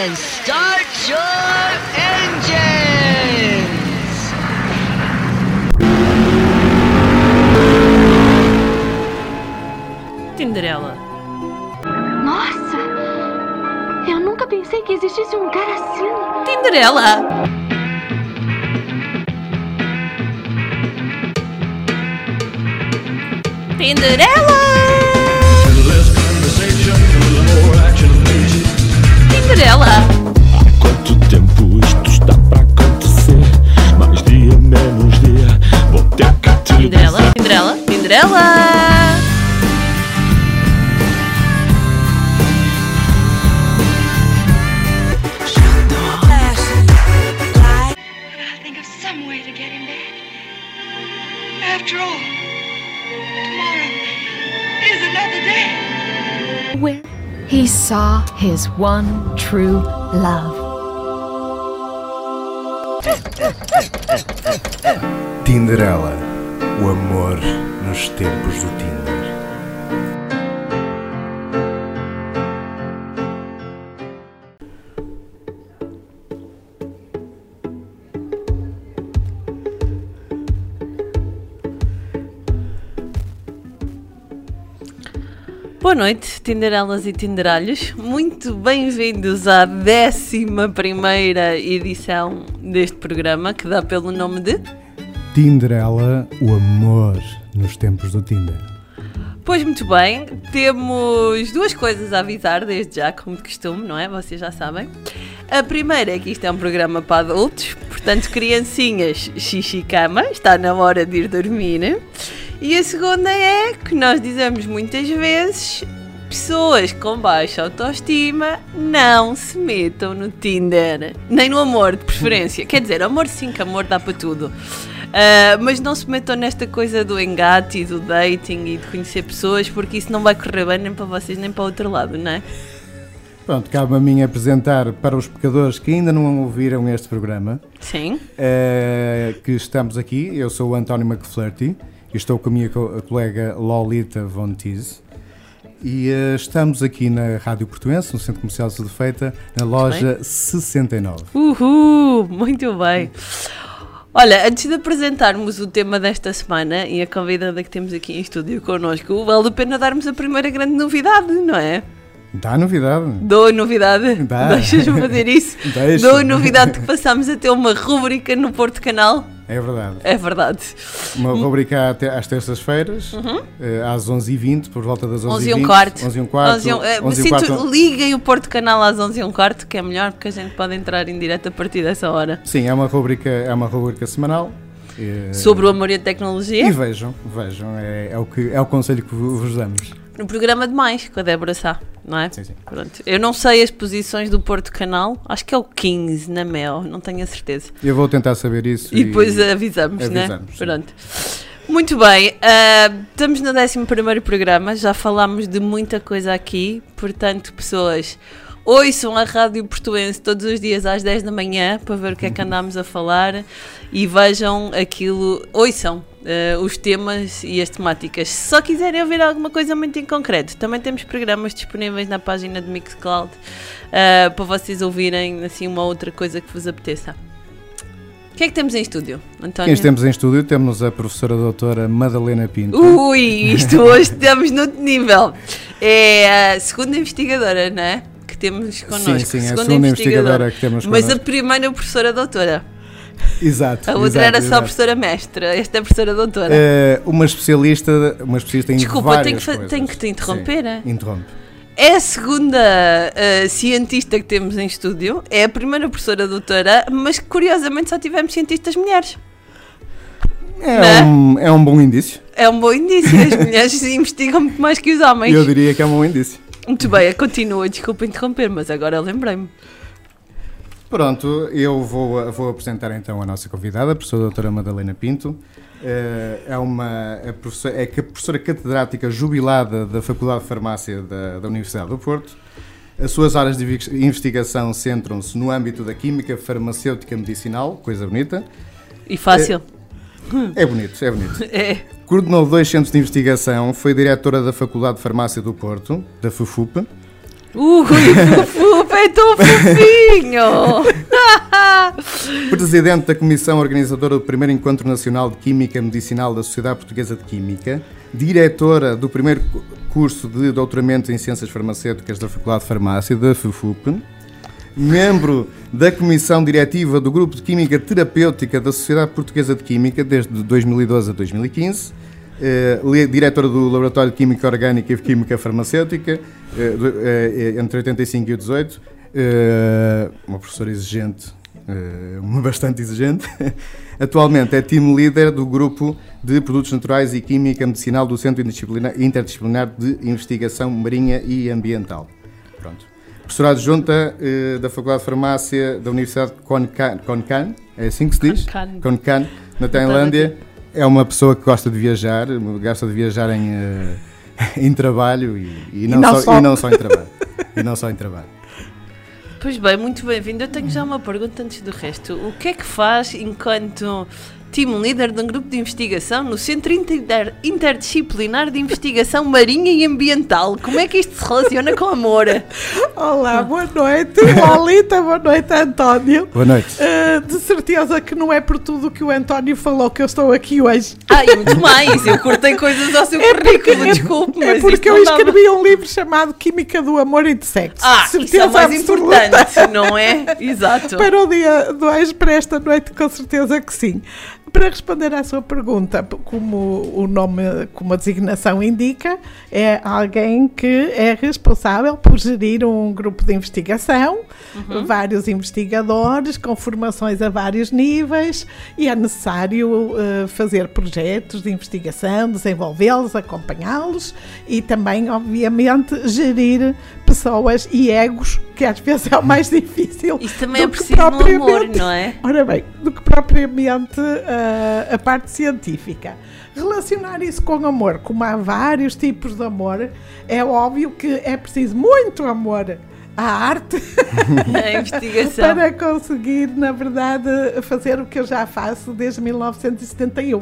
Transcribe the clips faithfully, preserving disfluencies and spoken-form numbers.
and start your engines! Tinderela. Nossa! Eu nunca pensei que existisse um cara assim. Tinderela. Tinderela. Tinderela. Há quanto tempo isto está para acontecer? Mais dia, menos dia. Vou ter que te Tinderela. dizer. Tinderela. Tinderela. I'll think of some way to get him back. After all, tomorrow is another day. Where he saw his one true love. Tinderela, o amor nos tempos do Tinder. Boa noite, Tinderelas e Tinderalhos. Muito bem-vindos à décima primeira edição deste programa, que dá pelo nome de... Tinderela, o amor nos tempos do Tinder. Pois muito bem, temos duas coisas a avisar desde já, como de costume, não é? Vocês já sabem. A primeira é que isto é um programa para adultos, portanto, criancinhas, xixi cama, está na hora de ir dormir. E a segunda é que nós dizemos muitas vezes, pessoas com baixa autoestima não se metam no Tinder, nem no amor, de preferência. Quer dizer, amor sim, que amor dá para tudo. Uh, mas não se metam nesta coisa do engate e do dating e de conhecer pessoas, porque isso não vai correr bem nem para vocês nem para o outro lado, não é? Pronto, cabe a mim apresentar para os pecadores que ainda não ouviram este programa. Sim. Uh, que estamos aqui, eu sou o António McFlirty e estou com a minha co- a colega Lolita Von Teese. E uh, estamos aqui na Rádio Portuense, no Centro Comercial de Feita, na loja sessenta e nove. Uhul, muito bem. Olha, antes de apresentarmos o tema desta semana e a convidada que temos aqui em estúdio connosco, vale a pena darmos a primeira grande novidade, não é? Dá novidade. Dou a novidade? Dá. Deixas-me fazer isso? Deixa. Dou a novidade que passámos a ter uma rúbrica no Porto Canal. É verdade. É verdade. Uma rubrica até às terças-feiras, Uhum. eh, às onze e vinte, por volta das onze onze e e vinte. um quarto. onze e um quarto. onze e um, eh, onze e um sinto, quarto. liguem o Porto Canal às onze e um quarto, que é melhor, porque a gente pode entrar em direto a partir dessa hora. Sim, é uma rubrica, é uma rubrica semanal. eh, Sobre o amor e a E tecnologia. vejam, vejam, é, é, o que, é o conselho que vo- vos damos. No programa de mais, com a Débora Sá, não é? Sim, sim. Pronto. Eu não sei as posições do Porto Canal, acho que é o quinze na Mel, não tenho a certeza. Eu vou tentar saber isso. E depois avisamos, né? avisamos, sim. Pronto. Muito bem, ah, estamos no décimo primeiro programa, já falámos de muita coisa aqui, portanto, pessoas, ouçam a Rádio Portuense todos os dias às dez da manhã para ver o que é que andámos a falar e vejam aquilo, ouçam ah, os temas e as temáticas. Se só quiserem ouvir alguma coisa muito em concreto, também temos programas disponíveis na página de Mixcloud ah, para vocês ouvirem assim uma outra coisa que vos apeteça. O que é que temos em estúdio, António? Quem temos em estúdio temos a professora doutora Madalena Pinto. Ui, isto hoje estamos no outro nível. É a segunda investigadora, não é? Que temos connosco. Sim, sim, é a segunda investigadora que temos Mas a connosco. primeira professora doutora. Exato. A outra exato, era só exato. professora mestra. Esta é a professora doutora. Eh, uma especialista, uma especialista em Desculpa, várias tenho que, fa- coisas. tenho que te interromper. Sim, é? interrompe. É a segunda uh, cientista que temos em estúdio. É a primeira professora doutora, mas curiosamente só tivemos cientistas mulheres. É, Não é? um, é um bom indício. É um bom indício. As mulheres investigam muito mais que os homens. Eu diria que é um bom indício. Muito bem, continua, desculpa interromper, mas agora lembrei-me. Pronto, eu vou, vou apresentar então a nossa convidada, a professora doutora Madalena Pinto. Eh, É uma é professora, é professora catedrática jubilada da Faculdade de Farmácia da, da Universidade do Porto. As suas áreas de investigação centram-se no âmbito da química farmacêutica medicinal, coisa bonita. E fácil. É bonito, é bonito. É. Coordenou dois centros de investigação, foi diretora da Faculdade de Farmácia do Porto, da FUFUP. Ui, Fufup, Ai, tão fofinho! Presidente da Comissão Organizadora do primeiro Encontro Nacional de Química Medicinal da Sociedade Portuguesa de Química, diretora do primeiro curso de doutoramento em Ciências Farmacêuticas da Faculdade de Farmácia da F F U P, membro da Comissão Diretiva do Grupo de Química Terapêutica da Sociedade Portuguesa de Química desde dois mil e doze a dois mil e quinze, eh, diretora do Laboratório de Química Orgânica e Química Farmacêutica eh, do, eh, entre oitenta e cinco e dezoito, eh, uma professora exigente, eh, uma bastante exigente. Atualmente é team leader do Grupo de Produtos Naturais e Química Medicinal do Centro Interdisciplinar de Investigação Marinha e Ambiental. Pronto. Professora adjunta eh, da Faculdade de Farmácia da Universidade de Konkan, Konkan, é assim que se diz? Konkan. Konkan, na Tailândia. É uma pessoa que gosta de viajar, gosta de viajar em, uh, em trabalho e, e, não, e, não, só, só. e não só em trabalho. E não só em trabalho. Pois bem, muito bem-vindo. Eu tenho já uma pergunta antes do resto. O que é que faz enquanto team leader de um grupo de investigação no Centro Inter- Interdisciplinar de Investigação Marinha e Ambiental? Como é que isto se relaciona com amor? Olá, boa noite, Lolita, boa noite, António. Boa noite. Uh, de certeza que não é por tudo que o António falou que eu estou aqui hoje. Ah, e muito mais, eu cortei coisas ao seu é currículo, porque, desculpe, mas é porque eu dava... escrevi um livro chamado Química do Amor e de Sexo. Ah, de isso é o mais absoluta. importante, não é? Exato. Para o dia dois, para esta noite, com certeza que sim. Para responder à sua pergunta, como o nome, como a designação indica, é alguém que é responsável por gerir um grupo de investigação, uhum. vários investigadores com formações a vários níveis, e é necessário uh, fazer projetos de investigação, desenvolvê-los, acompanhá-los e também, obviamente, gerir pessoas e egos, que às vezes é o mais difícil. Isso também é do que preciso no amor, propriamente, não é? Ora bem, do que propriamente uh, a parte científica. Relacionar isso com amor, como há vários tipos de amor, é óbvio que é preciso muito amor à arte a investigação para conseguir, na verdade, fazer o que eu já faço desde mil novecentos e setenta e um.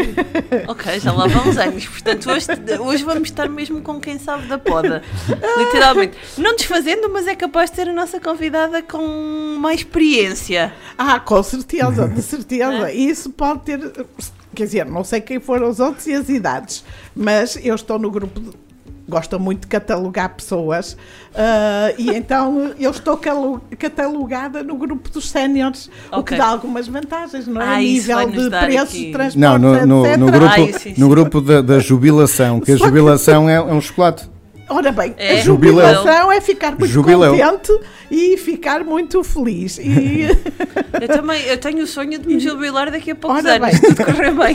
Ok, já lá vão uns anos. Portanto, hoje, hoje vamos estar mesmo com quem sabe da poda. Literalmente. Não desfazendo, mas é capaz de ser a nossa convidada com mais experiência. Ah, com certeza, de certeza. Isso pode ter... Quer dizer, não sei quem foram os outros e as idades, mas eu estou no grupo de... Gosto muito de catalogar pessoas uh, e então eu estou calo- catalogada no grupo dos séniores, okay. O que dá algumas vantagens, não é? Ah, a nível de preços, aqui. de transportes, não, no, no, etcétera. no grupo, Ai, sim, sim. no grupo da, da jubilação, que a jubilação é, é um chocolate. Ora bem, é. a jubilação é ficar muito Jubileu. contente e ficar muito feliz. E... Eu também eu tenho o sonho de me jubilar daqui a poucos Ora anos, bem. tudo correr bem.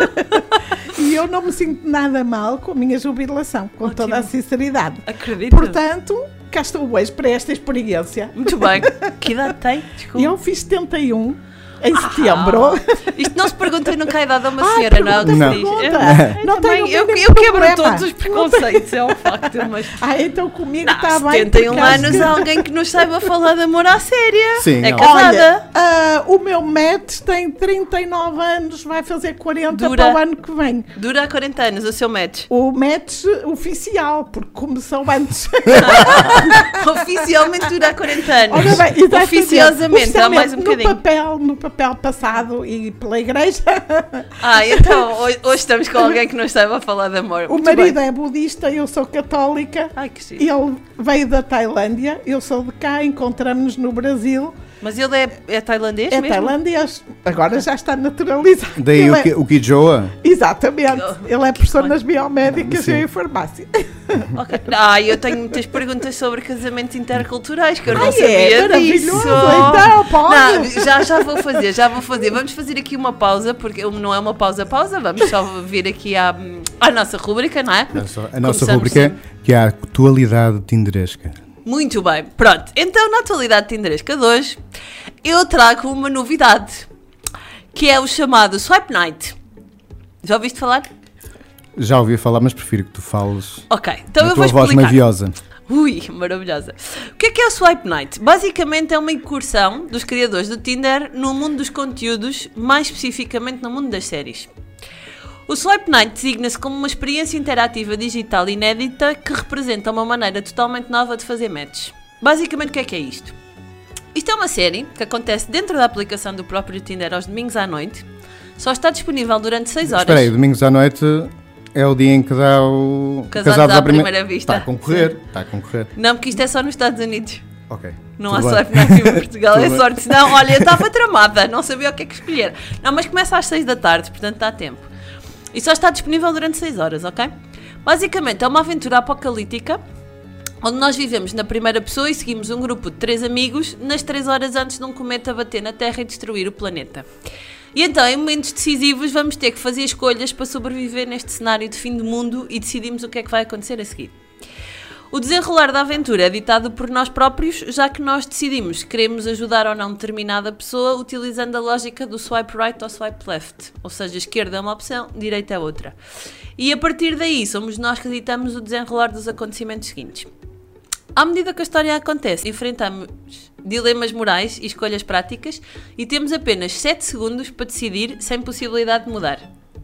E eu não me sinto nada mal com a minha jubilação, com Ótimo. toda a sinceridade. Acredito. Portanto, cá estou hoje para esta experiência. Muito bem. Que idade tem? Desculpa. Eu fiz setenta e um em setembro. Ah, isto não se pergunta nunca a idade a uma Ah, senhora, não é o que pergunta, se diz. pergunta. Eu, Não também, tenho eu, nenhum eu quebro problema. todos os preconceitos, é um facto. Mas... Ah, então comigo Não, está bem. setenta e um porque acho anos que- há alguém que nos saiba falar de amor à séria. Sim, é não. casada. Olha, ah, o meu Matt tem trinta e nove anos, vai fazer quarenta Dura. para o ano que vem. Dura há quarenta anos o seu match. O match oficial, porque começou antes. Oficialmente dura há quarenta anos. Ora bem, exatamente. Oficiosamente, há mais um no bocadinho. papel, no papel passado e pela igreja. Ah, então hoje, hoje estamos com alguém que nos saiba falar de amor. O Muito marido bem. é budista, eu sou católica. Ai, que giro. Ele veio da Tailândia, eu sou de cá, encontramos-nos no Brasil. Mas ele é, é tailandês É mesmo? tailandês, agora já está naturalizado. Daí Ele o, é- Ki- o Kijoa. Exatamente, ele é professor nas biomédicas Sim. e eu em farmácia. Ok. Ah, eu tenho muitas perguntas sobre casamentos interculturais que eu não Ai, sabia é disso. maravilhoso, então pode. Não, já, já vou fazer, já vou fazer. Vamos fazer aqui uma pausa, porque não é uma pausa-pausa, vamos só vir aqui à, à nossa rúbrica, não é? A nossa Começamos rubrica, que é a atualidade tinderesca. Muito bem, pronto. Então, na atualidade tinderesca de hoje, eu trago uma novidade, que é o chamado Swipe Night. Já ouviste falar? Já ouvi falar, mas prefiro que tu fales Ok, então na eu vou tua voz explicar. maviosa. Ui, maravilhosa. O que é que é o Swipe Night? Basicamente é uma incursão dos criadores do Tinder no mundo dos conteúdos, mais especificamente no mundo das séries. O Swipe Night designa-se como uma experiência interativa digital inédita que representa uma maneira totalmente nova de fazer matches. Basicamente, o que é que é isto? Isto é uma série que acontece dentro da aplicação do próprio Tinder aos domingos à noite. Só está disponível durante seis horas. Espera aí, domingos à noite é o dia em que dá o... Casados à primeira vista. Está a concorrer, está a concorrer. Não, porque isto é só nos Estados Unidos. Ok. Não há tudo swipe bem. night em Portugal, Tudo é bem. sorte. Senão, olha, eu estava tramada, não sabia o que é que escolher. Não, mas começa às seis da tarde, portanto dá tempo. E só está disponível durante seis horas, ok? Basicamente é uma aventura apocalíptica, onde nós vivemos na primeira pessoa e seguimos um grupo de três amigos nas três horas antes de um cometa bater na Terra e destruir o planeta. E então, em momentos decisivos, vamos ter que fazer escolhas para sobreviver neste cenário de fim do mundo e decidimos o que é que vai acontecer a seguir. O desenrolar da aventura é ditado por nós próprios, já que nós decidimos se queremos ajudar ou não determinada pessoa utilizando a lógica do swipe right ou swipe left, ou seja, esquerda é uma opção, direita é outra. E a partir daí somos nós que ditamos o desenrolar dos acontecimentos seguintes. À medida que a história acontece, enfrentamos dilemas morais e escolhas práticas e temos apenas sete segundos para decidir sem possibilidade de mudar.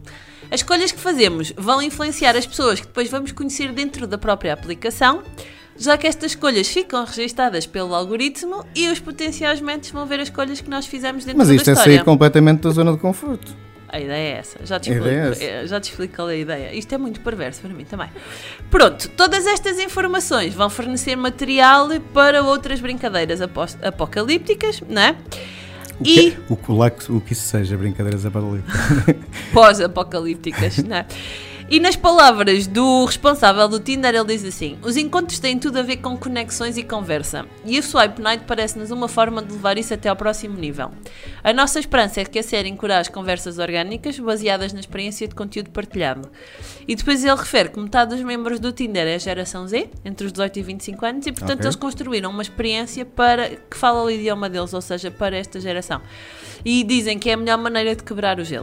As escolhas que fazemos vão influenciar as pessoas que depois vamos conhecer dentro da própria aplicação, já que estas escolhas ficam registadas pelo algoritmo e os potenciais mentes vão ver as escolhas que nós fizemos dentro Mas da isto é história. sair completamente da zona de conforto. A ideia é essa, já te A explico, ideia é essa. eh, já te explico qual é a ideia. Isto é muito perverso para mim também. Pronto, todas estas informações vão fornecer material para outras brincadeiras apos- apocalípticas, não é? O E que, o, que lá que- o que isso seja, brincadeiras apocalípticas. pós-apocalípticas, não é? E nas palavras do responsável do Tinder, ele diz assim: os encontros têm tudo a ver com conexões e conversa. E o Swipe Night parece-nos uma forma de levar isso até ao próximo nível. A nossa esperança é que a série encoraje conversas orgânicas baseadas na experiência de conteúdo partilhado. E depois ele refere que metade dos membros do Tinder é a geração Z, entre os dezoito e vinte e cinco anos, e portanto Ok. eles construíram uma experiência para que fala o idioma deles, ou seja, para esta geração. E dizem que é a melhor maneira de quebrar o gelo.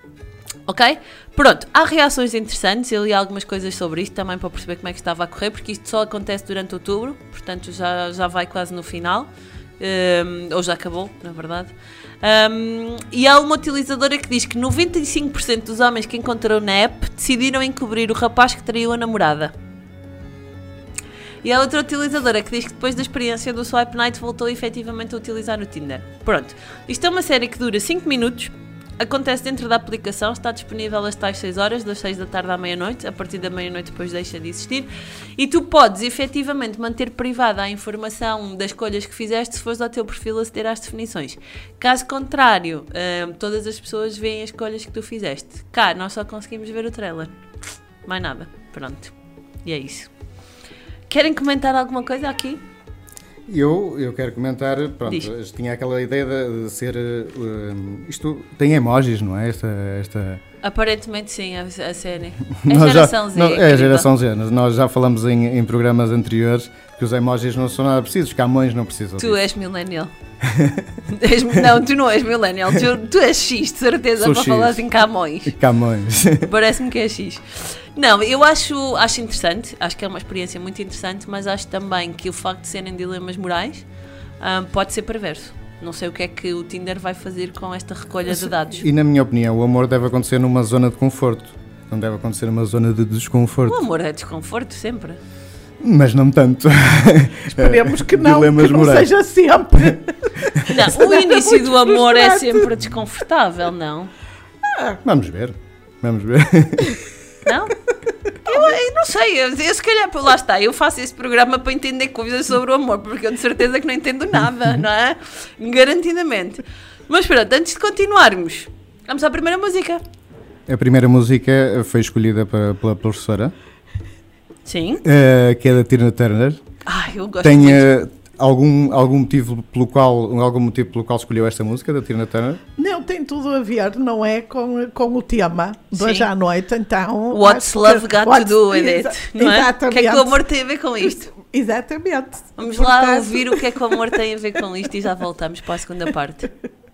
Ok? Pronto, há reações interessantes, eu li algumas coisas sobre isto também para perceber como é que estava a correr, porque isto só acontece durante outubro, portanto já, já vai quase no final, um, ou já acabou, na verdade. Um, e há uma utilizadora que diz que noventa e cinco por cento dos homens que encontrou na app decidiram encobrir o rapaz que traiu a namorada. E há outra utilizadora que diz que depois da experiência do Swipe Night voltou efetivamente a utilizar o Tinder. Pronto, isto é uma série que dura cinco minutos. Acontece dentro da aplicação, está disponível às tais seis horas, das seis da tarde à meia-noite, a partir da meia-noite depois deixa de existir, e tu podes efetivamente manter privada a informação das escolhas que fizeste se fores ao teu perfil aceder às definições. Caso contrário, hum, todas as pessoas veem as escolhas que tu fizeste. Cá, nós só conseguimos ver o trailer. Mais nada. Pronto. E é isso. Querem comentar alguma coisa aqui? Eu, eu quero comentar, pronto, Diz. tinha aquela ideia de, de ser, uh, isto tem emojis, não é? Esta, esta... Aparentemente sim, a, a série. É Nós já- geração Z. não, é a querida. geração Z, nós já falamos em, em programas anteriores que os emojis não são nada precisos, Camões não precisam Tu disso. és millennial. És- não, tu não és millennial. Tu, tu és X, de certeza, Sou para X. falar assim Camões. Camões. Parece-me que é X. Não, eu acho, acho interessante, acho que é uma experiência muito interessante, mas acho também que o facto de serem dilemas morais ah, pode ser perverso. Não sei o que é que o Tinder vai fazer com esta recolha de dados. E na minha opinião, o amor deve acontecer numa zona de conforto, não deve acontecer numa zona de desconforto. O amor é desconforto sempre. Mas não tanto. Esperemos que não, Dilemas que não morais. seja sempre. Não, o início muito do amor é frustrante. sempre desconfortável, não? Vamos ver, vamos ver. Não? Eu, eu não sei, eu, eu se calhar, lá está, eu faço esse programa para entender coisas sobre o amor, porque eu de certeza que não entendo nada, não é? Garantidamente. Mas pronto, antes de continuarmos, vamos à primeira música. A primeira música foi escolhida para- pela professora, Sim. eh, que é da Tina Turner. Ai, eu gosto Tem muito. eh, algum, algum, motivo pelo qual, algum motivo pelo qual escolheu esta música da Tina Turner? Não, tem tudo a ver, não é? Com, com o tema de Sim. hoje à noite, então... What's acho love que- got what's- to do with exa- it? Não é? O Exatamente. que é que o amor tem a ver com isto? Exatamente. Vamos lá Portanto, ouvir o que é que o amor tem a ver com isto e já voltamos para a segunda parte.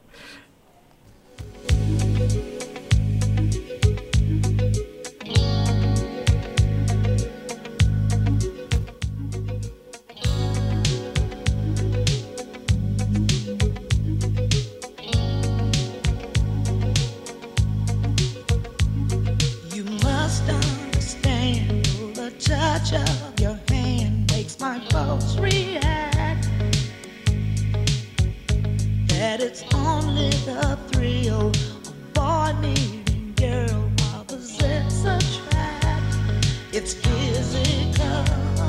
You must understand the touch of your hand makes my pulse react. that it's only the thrill of boy meeting girl. Opposites attract, it's physical,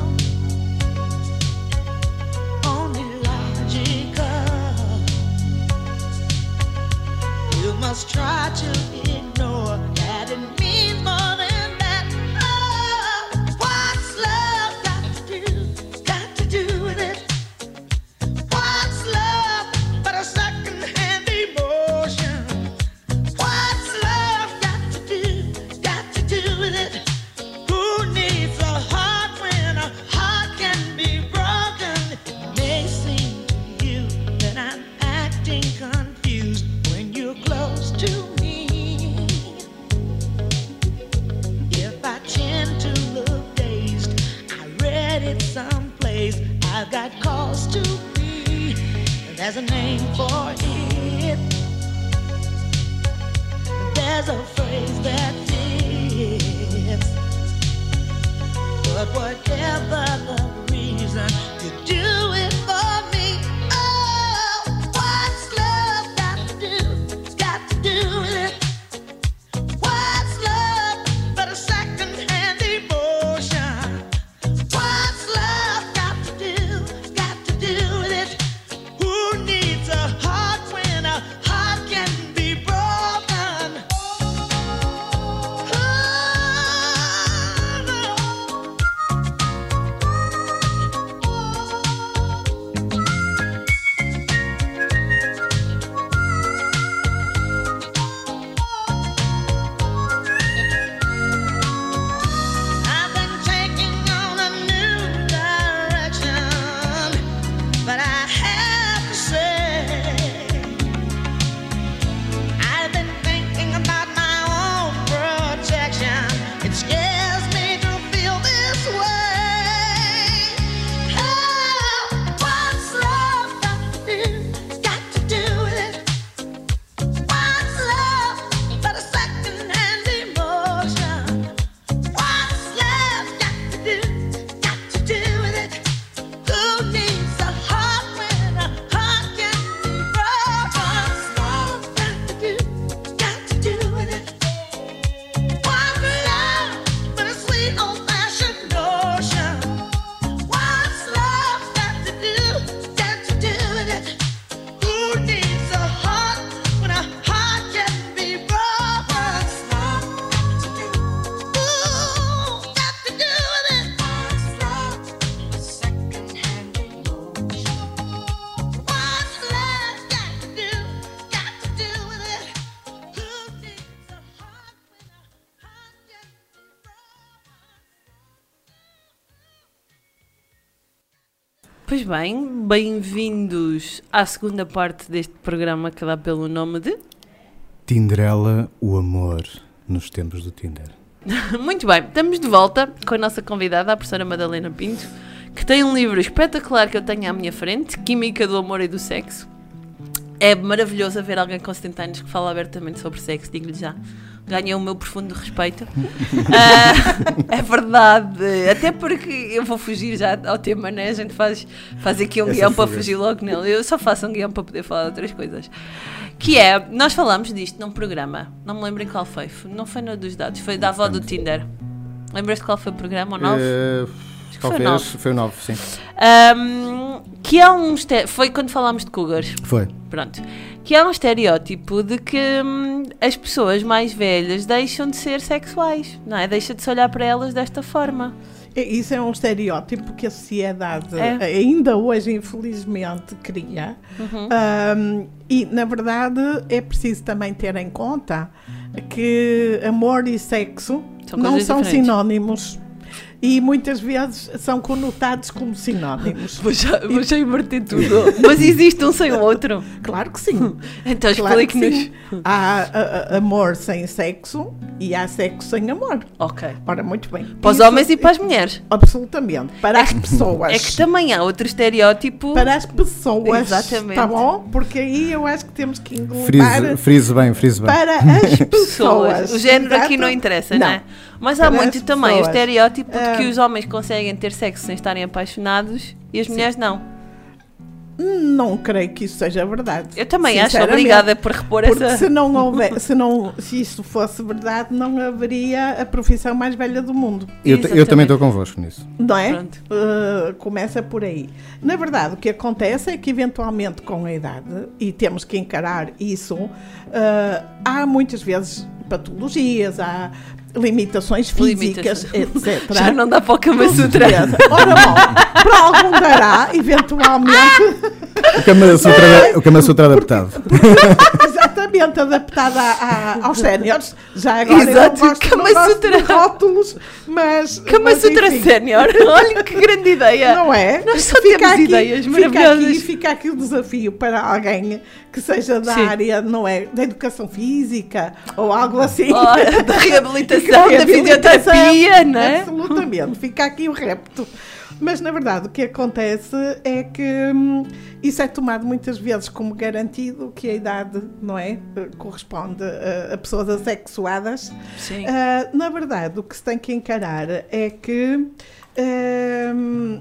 only logical. You must try to ignore that it means more than that. Oh, what's love got to do, got to do with it? What's love but a second-hand emotion? What's love got to do, got to do with it? Who needs a heart when a heart can be broken? It may seem to you that I'm acting confused when you're close to me. If I tend to look dazed, I read it someplace. I've got cause to be. There's a name for it. There's a phrase that fits. But whatever the reason, you do it for me. Oh, what's love got to do, got to do with it? What's love but a second-hand emotion? What's love got to do, got to do with it? Who needs a heart when a heart can be broken? Oh, no. I've been taking on a new direction, but I have to say, I've been thinking about my own protection. It scares me to feel this way. Oh, what's love got to do, got to do with it? What's love but a second-hand emotion? What's love got to do, got to do with it? Who needs a heart when a heart can be broken? What's love got to do, got to do with it? What's love but a sweet old-fashioned notion? What's love got to do, got to do with it? Who needs a heart when a heart can be broken? What's love got to do, ooh, got to do with it? What's love but a second-hand emotion? What's love got to do, got to do with it? Who needs a heart when a heart can be broken? Pois bem, bem-vindos à segunda parte deste programa que dá pelo nome de... Tinderela, o amor nos tempos do Tinder. Muito bem, estamos de volta com a nossa convidada, a professora Madalena Pinto, que tem um livro espetacular que eu tenho à minha frente, Química do Amor e do Sexo. É maravilhoso ver alguém com setenta anos que fala abertamente sobre sexo, digo-lhe já. Ganhou o meu profundo respeito. Ah, é verdade, até porque eu vou fugir já ao tema, né? A gente faz, faz aqui um Essa guião para fuga. fugir logo nele. Eu só faço um guião para poder falar de outras coisas. Que é, nós falámos disto num programa, não me lembro em qual foi, não foi no dos dados, foi da avó do Tinder. Lembras-te qual foi o programa, o nove? Eh, Acho que foi o talvez, nove. foi o nove, sim. Ahm, que é um estere- foi quando falámos de cougars. Foi. Pronto. Que é um estereótipo de que hum, as pessoas mais velhas deixam de ser sexuais, não é? Deixa de se olhar para elas desta forma. E Isso é um estereótipo que a sociedade É. ainda hoje, infelizmente, cria. Uhum. Um, e, na verdade, é preciso também ter em conta que amor e sexo São não coisas são diferentes. sinónimos. E muitas vezes são conotados como sinónimos. Vou já, vou já inverter tudo. Mas existe um sem o outro. Claro que sim. Então Claro que explique-nos. sim. Há a- a- amor sem sexo e há sexo sem amor. Ok. Ora, muito bem. Para os Isso- homens e para as mulheres. Absolutamente. Para as pessoas. É que também há outro estereótipo. Para as pessoas. Exatamente. Tá bom? Porque aí eu acho que temos que englobar Frise, frise bem, frise bem. para as pessoas. pessoas. O género aqui Exato? não interessa, Não. não é? Mas há Para muito as também o pessoas. estereótipo de que Ah. os homens conseguem ter sexo sem estarem apaixonados e as mulheres não. não creio que isso seja verdade. Eu também acho, sinceramente. obrigada por repor Porque essa... se não houver, se, não, se isso fosse verdade, não haveria a profissão mais velha do mundo. Eu, te- eu também estou convosco nisso. Não é? Pronto. Uh, começa por aí. Na verdade, o que acontece é que, eventualmente, com a idade, e temos que encarar isso, uh, há muitas vezes patologias, há limitações físicas, Limitações. etcétera. Já não dá para o Kama Com Sutra. certeza. Ora bom, para algum dará, eventualmente, O Kama Sutra, o Kama Sutra adaptado. exatamente adaptada a- a- aos séniores. Já agora Exato, eu não gosto, Kama não gosto Sutra. de rótulos, mas... Kama mas, Sutra enfim. Sénior. Olha que grande ideia. Não é? Nós só Fica temos aqui- ideias fica maravilhosas. Aqui, fica aqui o desafio para alguém que seja da Sim. área, não é? Da educação física ou algo assim. Ora, da reabilitação, da Reabilitação, fisioterapia, não é? Absolutamente, fica aqui o repto. Mas, na verdade, o que acontece é que hum, isso é tomado muitas vezes como garantido que a idade, não é? Eh, Corresponde a, a pessoas assexuadas. Sim. Ah, na verdade, o que se tem que encarar é que hum,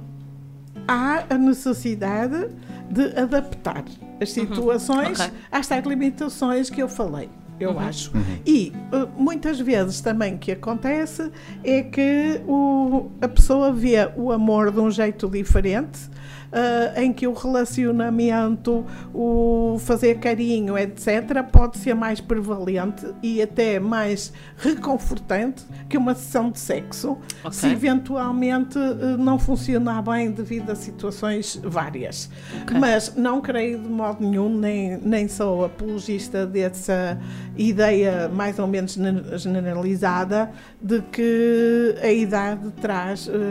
há a necessidade de adaptar as situações ok. às tais limitações que eu falei. Eu acho. E uh, muitas vezes também o que acontece é que o, a pessoa vê o amor de um jeito diferente, uh, em que o relacionamento, o fazer carinho, etcétera, pode ser mais prevalente e até mais reconfortante que uma sessão de sexo, Ok. se eventualmente uh, não funcionar bem devido a situações várias. Ok. Mas não creio de modo nenhum, nem, nem sou apologista dessa ideia mais ou menos gener- generalizada de que a idade traz uh,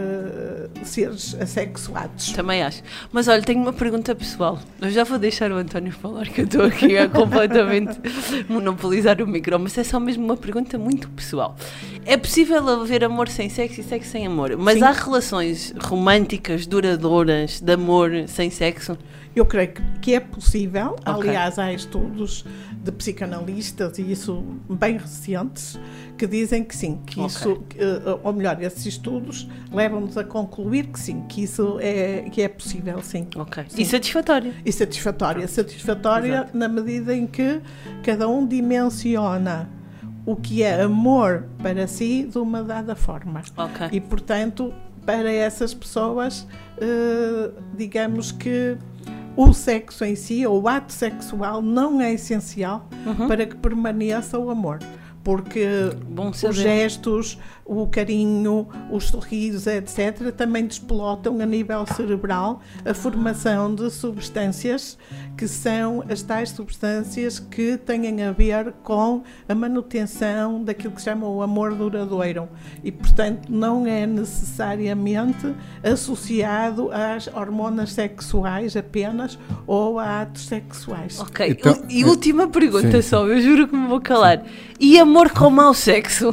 seres assexuados. Também acho. Mas olha, tenho uma pergunta pessoal. Eu já vou deixar o António falar, que eu estou aqui a completamente monopolizar o micro, mas é só mesmo uma pergunta muito pessoal. É possível haver amor sem sexo e sexo sem amor, mas Sim. há relações românticas, duradouras, de amor sem sexo? Eu creio que, que é possível, Ok. aliás há estudos de psicanalistas e isso bem recentes que dizem que sim, que Ok. isso, que, eh, ou melhor, esses estudos levam-nos a concluir que sim, que isso é, que é possível, sim. Ok. Sim. E satisfatório? E satisfatória, satisfatória Exato. na medida em que cada um dimensiona o que é amor para si de uma dada forma. Ok. E, portanto, para essas pessoas, eh, digamos que o sexo em si, ou o ato sexual, não é essencial Uhum. para que permaneça o amor. Porque Bom os saber. gestos, o carinho, os sorrisos, etcétera, também desplotam a nível cerebral a formação de substâncias que são as tais substâncias que têm a ver com a manutenção daquilo que se chama o amor duradouro. E, portanto, não é necessariamente associado às hormonas sexuais apenas ou a atos sexuais. Ok. Então, U- e é- última pergunta sim, só, eu juro que me vou calar. E amor com mau sexo?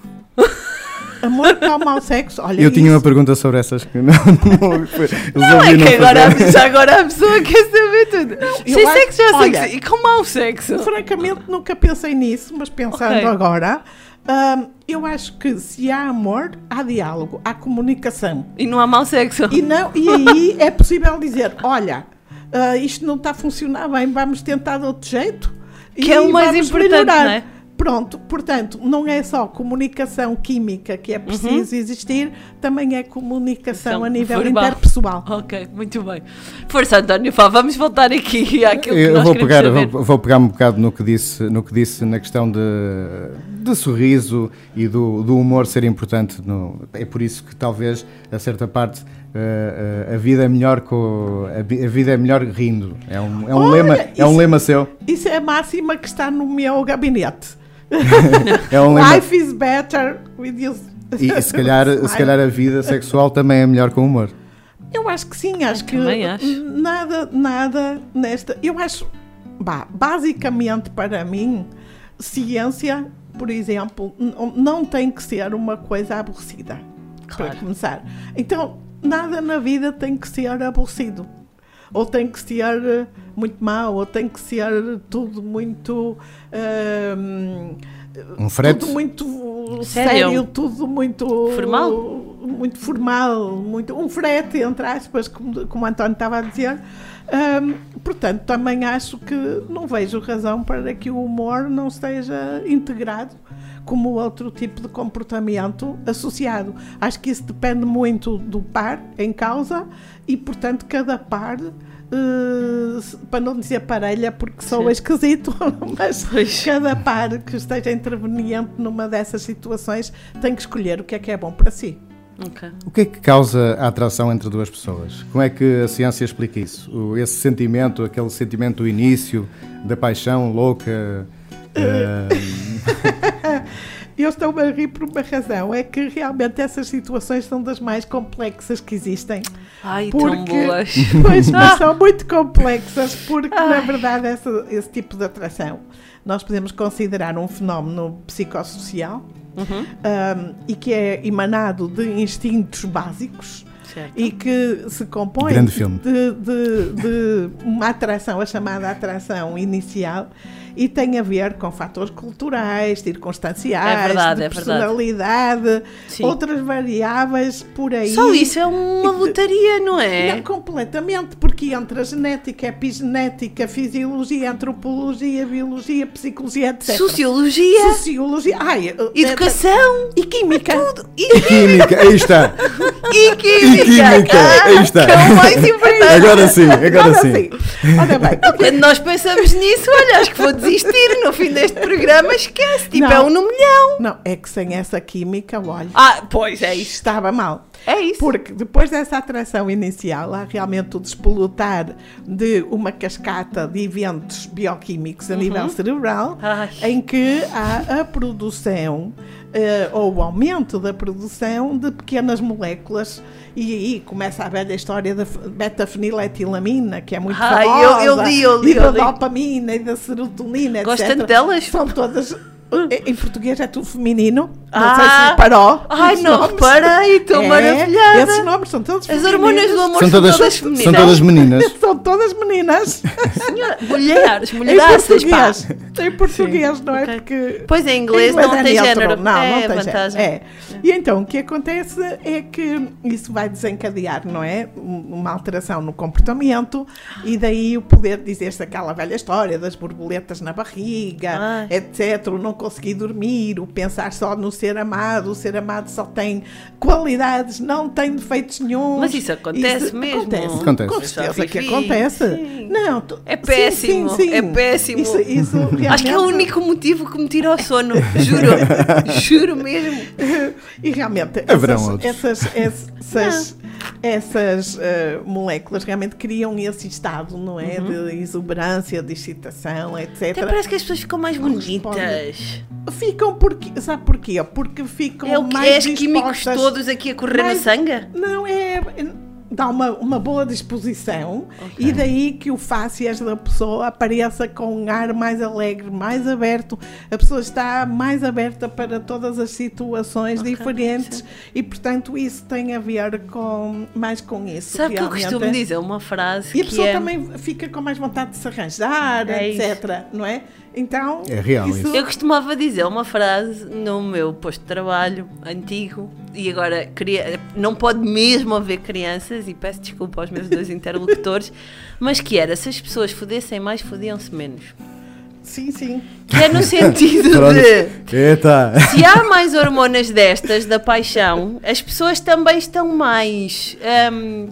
Amor com mau sexo, olha, Eu tinha isso- uma pergunta sobre essas que não, não resolvi Não, é não que agora, fazer. a- já agora a pessoa quer saber tudo. eu Sem acho- sexo já sei olha, que sim. E com mau sexo? Francamente, nunca pensei nisso, mas pensando Ok. agora, hum, eu acho que se há amor, há diálogo, há comunicação. E não há mau sexo? E, não, e aí é possível dizer, olha, ah, isto não está a funcionar bem, vamos tentar de outro jeito. Que e é o mais vamos importante, melhorar. não é? Pronto, portanto, não é só comunicação química que é preciso existir, também é comunicação Então, a nível verbal. interpessoal. Ok, muito bem. Força, António, Fá, vamos voltar aqui àquilo que Eu nós vou queremos pegar, saber. vou, vou pegar um bocado no que disse, no que disse na questão de, de sorriso e do, do humor ser importante. No, é por isso que talvez a certa parte uh, uh, a vida é melhor com a, vi- a vida é melhor rindo. É um, é um Olha, lema, é um isso- lema seu. Isso é a máxima que está no meu gabinete. É um lema. Life is better with you. E, e se calhar, se calhar a vida sexual também é melhor com humor. Eu acho que sim, acho que também acho. nada, nada nesta. Eu acho, bah, basicamente para mim, ciência, por exemplo, n- não tem que ser uma coisa aborrecida, Claro. para começar. Então, nada na vida tem que ser aborrecido. Ou tem que ser eh, muito mau, ou tem que ser tudo muito. ahm, Um frete. Tudo muito Sério? sério, tudo muito Formal? muito formal, muito um frete, entre aspas, como, como o António estava a dizer. Hum, portanto, também acho que não vejo razão para que o humor não esteja integrado como outro tipo de comportamento associado. Acho que isso depende muito do par em causa e, portanto, cada par, uh, para não dizer parelha, porque sou Sim. esquisito, mas Pois. cada par que esteja interveniente numa dessas situações tem que escolher o que é que é bom para si. Ok. O que é que causa a atração entre duas pessoas? Como é que a ciência explica isso? O- esse sentimento, aquele sentimento do início, da paixão louca... eh, Eu estou-me a rir por uma razão, é que realmente essas situações são das mais complexas que existem. Ai, tão Porque, boas. pois, mas são muito complexas, porque na verdade essa- esse tipo de atração nós podemos considerar um fenómeno psicossocial Uhum. um, e que é emanado de instintos básicos Certo. e que se compõe Grande filme. de, de- de uma atração, a chamada atração inicial, e tem a ver com fatores culturais, circunstanciais, É verdade, de é verdade. personalidade, Sim. outras variáveis por aí. Só isso é uma lotaria, não é? Não, completamente, porque entra genética, epigenética, fisiologia, antropologia, biologia, psicologia, etcétera. Sociologia, Sociologia, ai, educação e química. e, Química, aí está! e química. E química, aí está! Que é o mais importante. Agora sim, agora Ora sim. sim. Ora bem, Quando nós pensamos nisso, olha, acho que vou desistir no fim deste programa, esquece, tipo, Não. é um no milhão. não, é que sem essa química, olha, Ah, pois é isso. estava mal. É isso. Porque depois dessa atração inicial, há realmente o despolutar de uma cascata de eventos bioquímicos a nível cerebral, Ai. em que há a produção eh, ou o aumento da produção de pequenas moléculas, e aí começa a velha história da f- beta-feniletilamina, que é muito Ai, famosa, eu- eu li, eu li, e da eu li. dopamina e da serotonina, Gosta etcétera. delas? São todas... Em português é tudo feminino. Não Ah. sei se reparou. Ai, Os não nomes. reparei, estou É, maravilhada. Esses nomes são todos As femininos. hormonas do amor São todas, femininas. são todas meninas. São todas meninas. Senhora, mulheres, Em mulheraças, pá. português. Em português, não é? ok. Porque Pois em inglês, em não é tem neutro. género. Não, é não tem vantagem. género. É. E então, o que acontece é que isso vai desencadear, não é? Uma alteração no comportamento e daí o poder dizer-se aquela velha história das borboletas na barriga, Ai. etcétera. O não conseguir dormir, o pensar só no ser amado, o ser amado só tem qualidades, não tem defeitos nenhum. Mas isso acontece mesmo. Acontece, Acontece. com Eu já certeza que vivi, acontece. sim. Não, tu- É sim, péssimo, sim, sim. é péssimo. Isso, isso Acho que é o realmente- único motivo que me tira o sono. Juro. Juro mesmo. E realmente Haverão essas, outros. essas, essas, essas eh, moléculas realmente criam esse estado, não é? De exuberância, de excitação, Até etcétera. parece que as pessoas ficam mais Corresponde. bonitas. Ficam porque, sabe porquê? Porque ficam É o que mais é os químicos dispostas- todos aqui a correr mais- na sanga? Não, é... dá uma, uma boa disposição e daí que o fácias da pessoa apareça com um ar mais alegre, mais aberto. A pessoa está mais aberta para todas as situações diferentes e, portanto, isso tem a ver com, mais com isso. Sabe que eu realmente. costumo dizer uma frase E a que pessoa é... também fica com mais vontade de se arranjar, É etcétera. Não é? Então, É real isso. Eu costumava dizer uma frase no meu posto de trabalho antigo e agora queria, não pode mesmo haver crianças e peço desculpa aos meus dois interlocutores, mas que era, se as pessoas fodessem mais, fodiam-se menos. sim, sim. Que é no sentido Pronto. de, Eita! se há mais hormonas destas, da paixão, as pessoas também estão mais hum,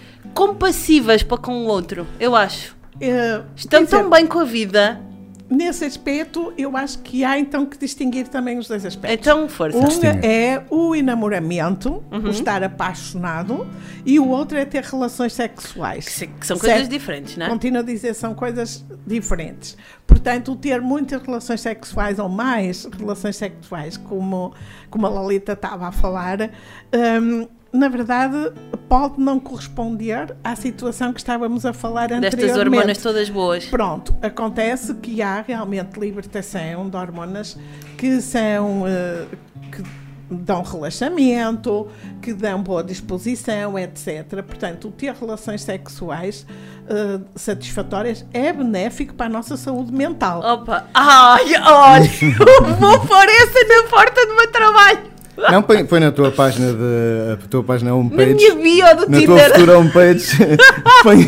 compassivas para com o outro, eu acho. Eh, Estão quer dizer, tão bem com a vida. Nesse aspecto, eu acho que há então que distinguir também os dois aspectos. Então, força. Um Distingue. é o enamoramento, Uhum. o estar apaixonado, e o outro é ter relações sexuais. Que, se- que são Certo? coisas diferentes, não é? Continuo a dizer, são coisas diferentes. Portanto, o ter muitas relações sexuais ou mais relações sexuais, como, como a Lolita estava a falar, hum, na verdade, pode não corresponder à situação que estávamos a falar anteriormente. Destas hormonas todas boas. Pronto, acontece que há realmente libertação de hormonas que são eh, que dão relaxamento, que dão boa disposição, etcétera. Portanto, o ter relações sexuais eh, satisfatórias é benéfico para a nossa saúde mental. Opa, ai, olha, eu vou pôr essa na porta do meu trabalho. Não, põe, põe na tua página de. A tua página Na homepage. minha bio do Na tua Tinder. futura homepage. põe.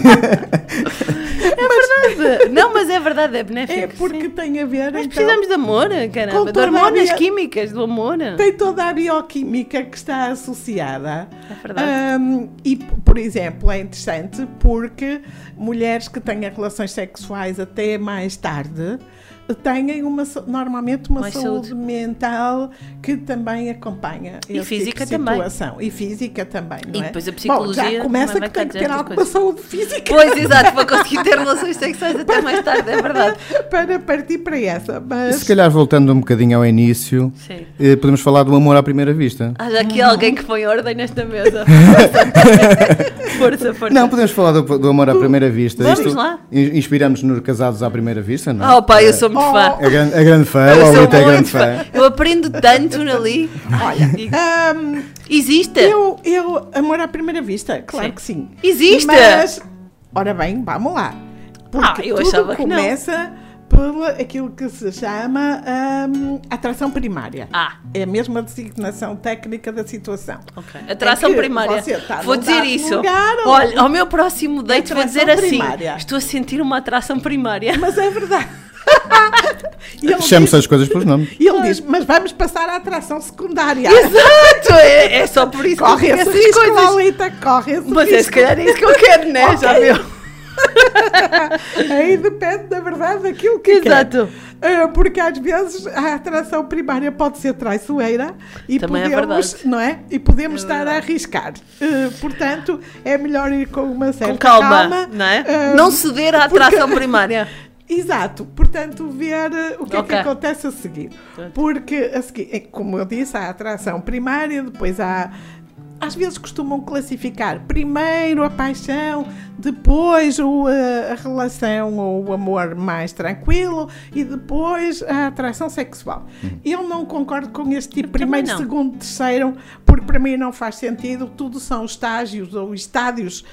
É verdade. Não, mas é verdade, é benéfico. É porque sim. tem a ver. Nós então, precisamos de amor, Com caramba. De toda a hormonas minha- químicas, do amor. Tem toda a bioquímica que está associada. É verdade. Um, e, por exemplo, é interessante porque mulheres que têm relações sexuais até mais tarde têm uma, sa- normalmente uma Mais saúde, saúde. mental que também acompanha E esse física tipo de também. situação. E física também, não E é? depois a Bom, psicologia já começa também que vai tem que cá ter dizer alguma estas saúde física. Pois, exato, para conseguir ter relações sexuais até mais tarde, é verdade. Para partir para essa. Mas Se calhar voltando um bocadinho ao início, Sim. eh, podemos falar do amor à primeira vista. Há já aqui alguém que põe ordem nesta mesa. Força, força. Não, podemos falar do, do amor à primeira vista. Vamos lá. in- Inspiramos nos Casados à Primeira Vista, não é? Ah, oh, pai, eu sou muito Oh. fã. A grande, a grande fã, Eu a sou Lolita é grande muito fã. fã. Eu aprendo tanto ali. olha, Digo, hum, existe? eu, eu, amor à primeira vista, claro Sim. que sim. Existe? Mas, ora bem, vamos lá. Porque Ah, eu tudo achava que não. começa por aquilo que se chama hum, atração primária. Ah. É a mesma designação técnica da situação. Ok. Atração É que primária. você está Vou num dizer dado isso. lugar, ou- Olha, ao meu próximo date vou Atração dizer assim: primária. estou a sentir uma atração primária. Mas é verdade. E ele Chame-se diz- as coisas pelos nomes. E ele diz, mas vamos passar à atração secundária. Exato! É, é só por isso que eu Corre esse conheço risco, as coisas. Lolita, corre esse Mas é risco. se calhar é isso que eu quero, né? Já Ok. viu? Aí depende, na verdade, daquilo que Exato. quer. Ah, porque às vezes a atração primária pode ser traiçoeira e Também é podemos, verdade. não é? E podemos estar a arriscar. Ah, portanto, é melhor ir com uma certa Com calma, não é? Ah, Não ceder à atração primária. Exato, portanto, ver eh, o que é Ok. que acontece a seguir. Porque, a seguir, eh, como eu disse, há a atração primária, depois há. Às vezes costumam classificar primeiro a paixão, depois o, a, a relação ou o amor mais tranquilo e depois a atração sexual. Eu não concordo com este tipo, primeiro, não. segundo, terceiro, porque para mim não faz sentido. Tudo são estágios ou estádios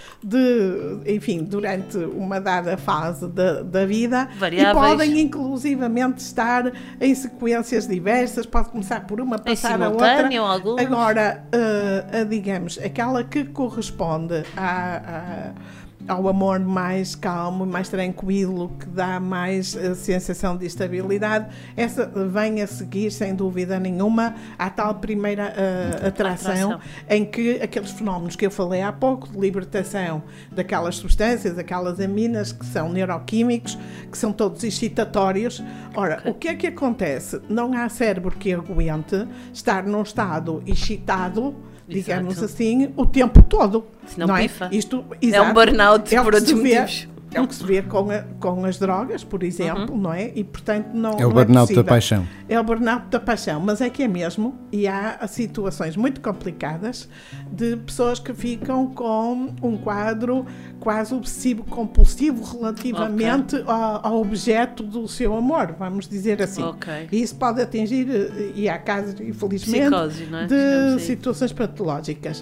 de, enfim, durante uma dada fase da, da vida. Variáveis. E podem inclusivamente estar em sequências diversas, pode começar por uma, passar a outra. simultâneo, algumas. Agora, uh, a, digamos, aquela que corresponde à, à, ao amor mais calmo, mais tranquilo, que dá mais uh, sensação de estabilidade, essa vem a seguir, sem dúvida nenhuma, à tal primeira uh, atração, Atração. em que aqueles fenómenos que eu falei há pouco, de libertação daquelas substâncias, aquelas aminas que são neuroquímicos, que são todos excitatórios. Ora, Ok. o que é que acontece? Não há cérebro que aguente estar num estado excitado, digamos Exato. assim, o tempo todo. Senão não é? pifa. Isto, É um exato, burnout é o por que outros se vê- motivos. É o que se vê com, a- com as drogas, por exemplo, Uhum. não é? E, portanto, não É o não burnout da possível. paixão. É o burnout da paixão, mas é que é mesmo, e há situações muito complicadas de pessoas que ficam com um quadro quase obsessivo-compulsivo relativamente ao, ao objeto do seu amor, vamos dizer assim. Ok. E isso pode atingir, eh, e há casos, infelizmente, Psicose, não é? de Digamos assim. situações patológicas.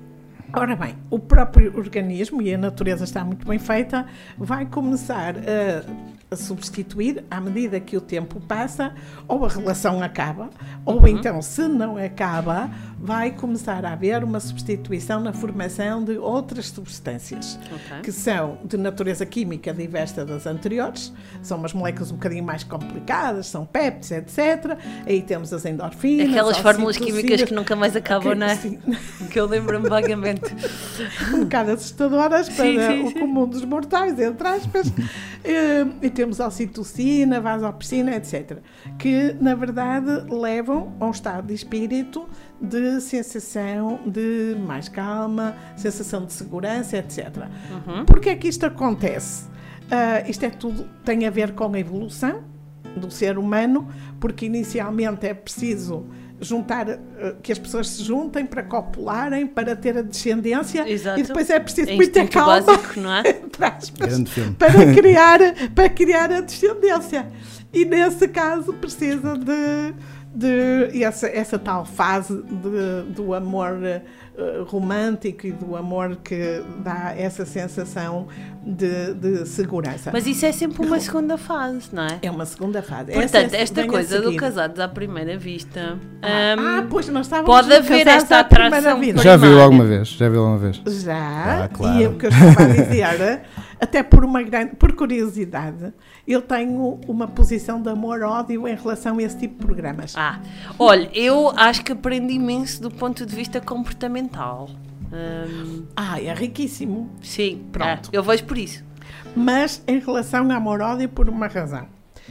Ora bem, o próprio organismo, e a natureza está muito bem feita, vai começar a, a substituir à medida que o tempo passa, ou a relação acaba, ou Uhum. então, se não acaba, vai começar a haver uma substituição na formação de outras substâncias, Ok. que são de natureza química diversa das anteriores, são umas moléculas um bocadinho mais complicadas, são péptidos, etcétera. Aí temos as endorfinas, Aquelas fórmulas ocitocinas, químicas que nunca mais acabam, que- não é? sim. Que eu lembro-me vagamente. um bocado assustadoras para Sim, sim, o sim. comum dos mortais, entre aspas. Eh, e temos a ocitocina, vasopressina, etcétera. Que, na verdade, levam a um estado de espírito de sensação de mais calma, sensação de segurança, etcétera. Uhum. Porquê é que isto acontece? Ah, isto é tudo, tem a ver com a evolução do ser humano, porque inicialmente é preciso juntar, eh, que as pessoas se juntem para copularem, para ter a descendência. Exato. E depois é preciso É muita instinto calma básico, não é? entre aspas, Grande filme. para criar, para criar a descendência. E nesse caso precisa de, de essa, essa tal fase de, do amor uh, romântico e do amor que dá essa sensação de, de segurança. Mas isso é sempre uma segunda fase, não é? É uma segunda fase. Portanto, Essa é- esta vem a coisa do seguir. casados à primeira vista. Ah, hum, ah, pois nós estávamos pode no haver casados esta à primeira atração vida. Já viu primária. alguma vez? Já viu alguma vez? Já, Ah, claro. e é o que eu estava a dizer, até por uma grande, por curiosidade, eu tenho uma posição de amor-ódio em relação a esse tipo de programas. Ah, olha, eu acho que aprendi imenso do ponto de vista comportamental. Hum, Ah, é riquíssimo. sim, Pronto. ah, eu vejo por isso. Mas em relação a amor-ódio, por uma razão.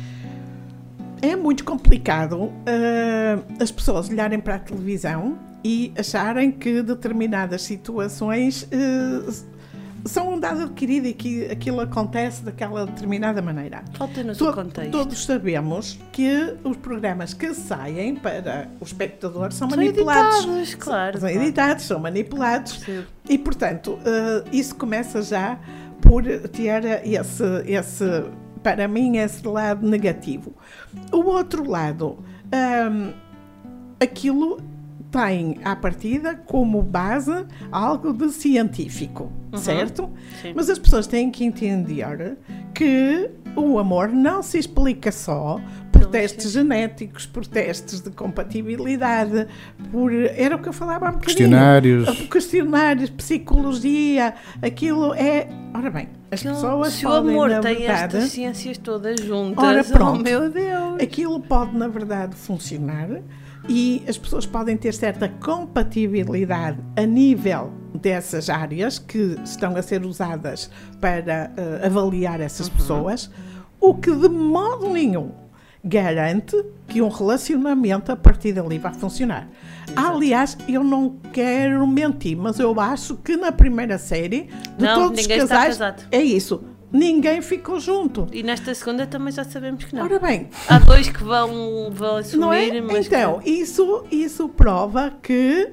É muito complicado ah, as pessoas olharem para a televisão e acharem que determinadas situações ah, são um dado adquirido e que aquilo acontece daquela determinada maneira. Falta-nos To- o contexto. Todos sabemos que os programas que saem para o espectador são, São manipulados. editados, claro, São claro. editados, são manipulados. Percebo. E, portanto, eh, isso começa já por ter esse, esse, para mim, esse lado negativo. O outro lado, hum, aquilo tem, à partida, como base algo de científico, certo? Sim. Mas as pessoas têm que entender que o amor não se explica só por Pelo testes genéticos, por testes de compatibilidade, por... Era o que eu falava há um bocadinho. Questionários. Questionários, psicologia, aquilo é... Ora bem, as Aquilo- pessoas se o podem, amor na tem verdade... estas ciências todas juntas, Ora, oh pronto. meu Deus. Aquilo pode, na verdade, funcionar e as pessoas podem ter certa compatibilidade a nível dessas áreas que estão a ser usadas para eh, avaliar essas pessoas, o que de modo nenhum garante que um relacionamento a partir dali vai funcionar. Aliás, eu não quero mentir, mas eu acho que na primeira série de Não, todos os ninguém está casais casado. é isso. Ninguém ficou junto. E nesta segunda também já sabemos que não. Ora bem, Há dois que vão, vão assumir, não é? mas Então, isso, isso prova que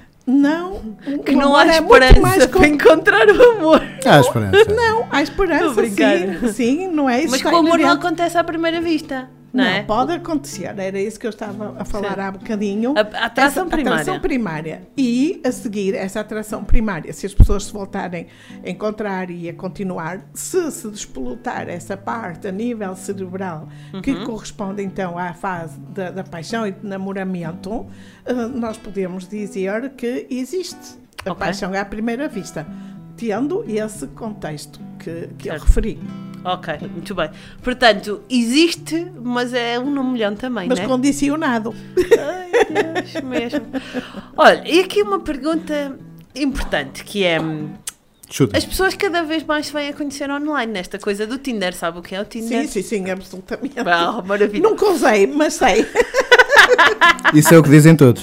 não, que o não amor há é muito esperança mais com- para encontrar o amor. Há esperança. Não, há Estou a esperança, brincar. sim, sim, não é isso. Mas está que o amor não inerente. acontece à primeira vista, não, Não, é? pode acontecer, era isso que eu estava a falar Sim. há bocadinho. A- a atração Essa primária. atração primária. E a seguir, essa atração primária, se as pessoas se voltarem a encontrar e a continuar, se se despolutar essa parte a nível cerebral, que Uhum. corresponde então à fase da, da paixão e de namoramento, eh, nós podemos dizer que existe a Ok. paixão à primeira vista, tendo esse contexto que, que eu Certo. referi. Ok, muito bem. Portanto, existe, mas é um no milhão também, Mas não é? condicionado. Ai, Deus, mesmo. Olha, e aqui uma pergunta importante, que é... hum, Chuta. as pessoas cada vez mais se vêm a conhecer online nesta coisa do Tinder. Sabe o que é o Tinder? Sim, sim, sim, absolutamente. Ah, maravilha. Nunca usei, mas sei. Isso é o que dizem todos.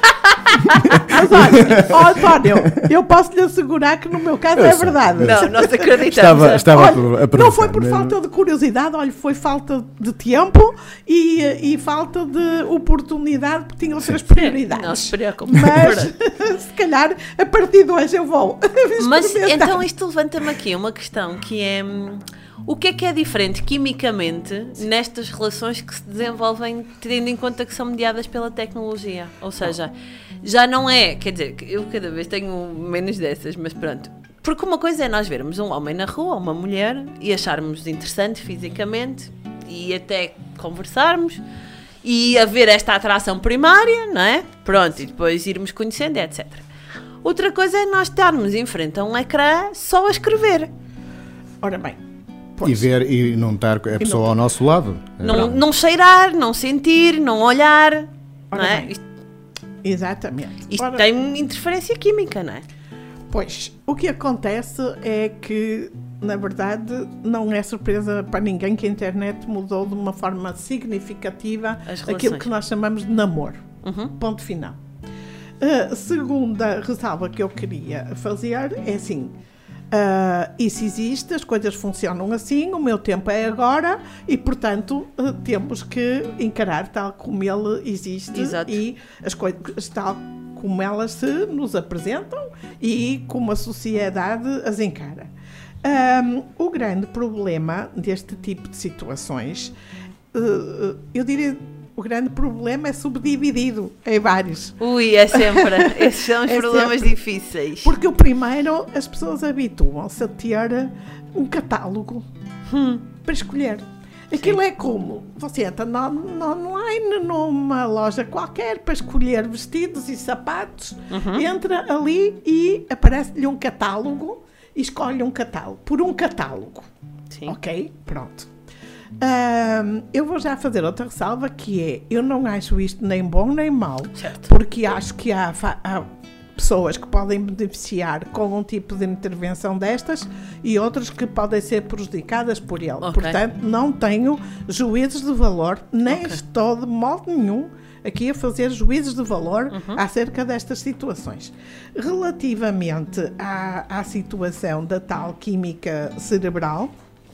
Mas olha, ó, António, eu posso lhe assegurar que no meu caso Eu é sei, verdade. eu Não, nós acreditamos. Estava, estava Olha, a não provocar foi por mesmo. falta de curiosidade, olha, foi falta de tempo e, e falta de oportunidade, porque tinha outras prioridades. Não se preocupe. Mas, se calhar, a partir de hoje eu vou. Mas experimentar. então isto levanta-me aqui uma questão que é... hum, o que é que é diferente quimicamente nestas relações que se desenvolvem tendo em conta que são mediadas pela tecnologia? Ou seja, já não é... Quer dizer, eu cada vez tenho menos dessas, mas pronto. Porque uma coisa é nós vermos um homem na rua, uma mulher, e acharmos interessante fisicamente e até conversarmos e haver esta atração primária, não é? Pronto, e depois irmos conhecendo, etcétera. Outra coisa é nós estarmos em frente a um ecrã só a escrever. Ora bem, E pois, ver e não estar a pessoa ao nosso lado. Não, não cheirar, não sentir, não olhar. Não Ora é? bem. Isto, exatamente. isto Ora, tem interferência química, não é? Pois, o que acontece é que, na verdade, não é surpresa para ninguém que a internet mudou de uma forma significativa As aquilo relações. que nós chamamos de namoro. Uhum. Ponto final. A segunda ressalva que eu queria fazer é assim: uh, isso existe, as coisas funcionam assim, o meu tempo é agora e, portanto, uh, temos que encarar tal como ele existe. Exato. E as coisas tal como elas se nos apresentam e como a sociedade as encara. Um, o grande problema deste tipo de situações, uh, eu diria, O grande problema é subdividido em vários. Ui, é sempre. Esses são os É problemas sempre. difíceis. Porque o primeiro, as pessoas habituam-se a ter um catálogo Hum. para escolher. Aquilo é como você entra no, no online numa loja qualquer para escolher vestidos e sapatos, Uhum. entra ali e aparece-lhe um catálogo e escolhe um catálogo, por um catálogo. Sim. Ok? Pronto. Ahm, eu vou já fazer outra ressalva, que é, eu não acho isto nem bom nem mau, Certo. porque acho que há, fa- há pessoas que podem beneficiar com um tipo de intervenção destas e outras que podem ser prejudicadas por ele. Ok. Portanto, não tenho juízos de valor, nem Ok. estou de modo nenhum aqui a fazer juízos de valor Uhum. acerca destas situações. Relativamente à, à situação da tal química cerebral,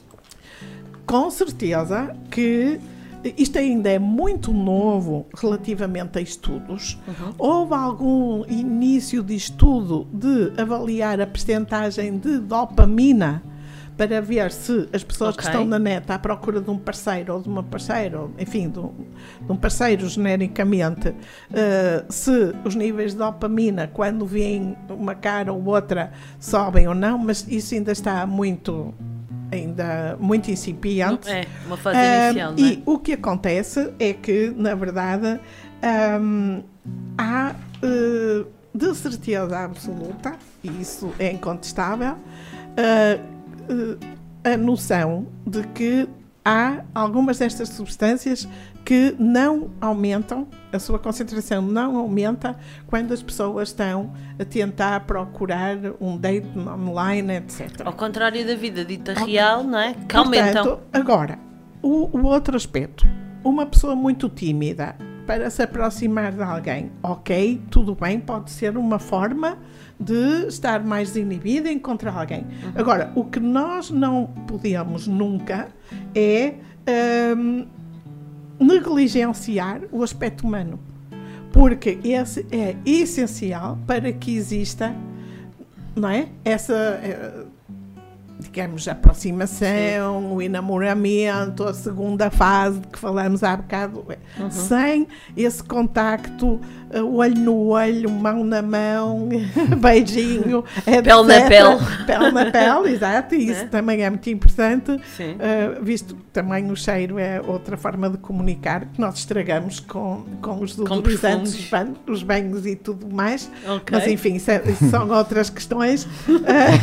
com certeza que isto ainda é muito novo relativamente a estudos. Uhum. Houve algum início de estudo de avaliar a percentagem de dopamina para ver se as pessoas que Ok. estão na net à procura de um parceiro ou de uma parceira, ou, enfim, de um, de um parceiro genericamente, eh, se os níveis de dopamina, quando veem uma cara ou outra, sobem ou não, mas isso ainda está muito, ainda muito incipiente. É, uma fase Ah, inicial, não é? E o que acontece é que, na verdade, ahm, há eh, de certeza absoluta, e isso é incontestável, ah, eh, a noção de que há algumas destas substâncias que não aumentam, a sua concentração não aumenta quando as pessoas estão a tentar procurar um date online, etcétera. Ao contrário da vida dita Ok. real, não é? Que aumentam. Portanto, agora, o, o outro aspecto, uma pessoa muito tímida para se aproximar de alguém, ok, tudo bem, pode ser uma forma de estar mais desinibida e encontrar alguém. Uhum. Agora, o que nós não podemos nunca é hum, negligenciar o aspecto humano, porque esse é essencial para que exista, não é? Essa, eh, digamos, a aproximação, o enamoramento, a segunda fase de que falamos há bocado. Uhum. Sem esse contacto, eh, olho no olho, mão na mão, beijinho, etcétera. Pele na pele. Pele na pele, exato, e isso É? também é muito importante. Sim. Uh, visto que também o cheiro é outra forma de comunicar que nós estragamos com, com os desodorizantes, os, ban- os banhos e tudo mais. Ok. Mas enfim, isso, é- isso são outras questões. Uh,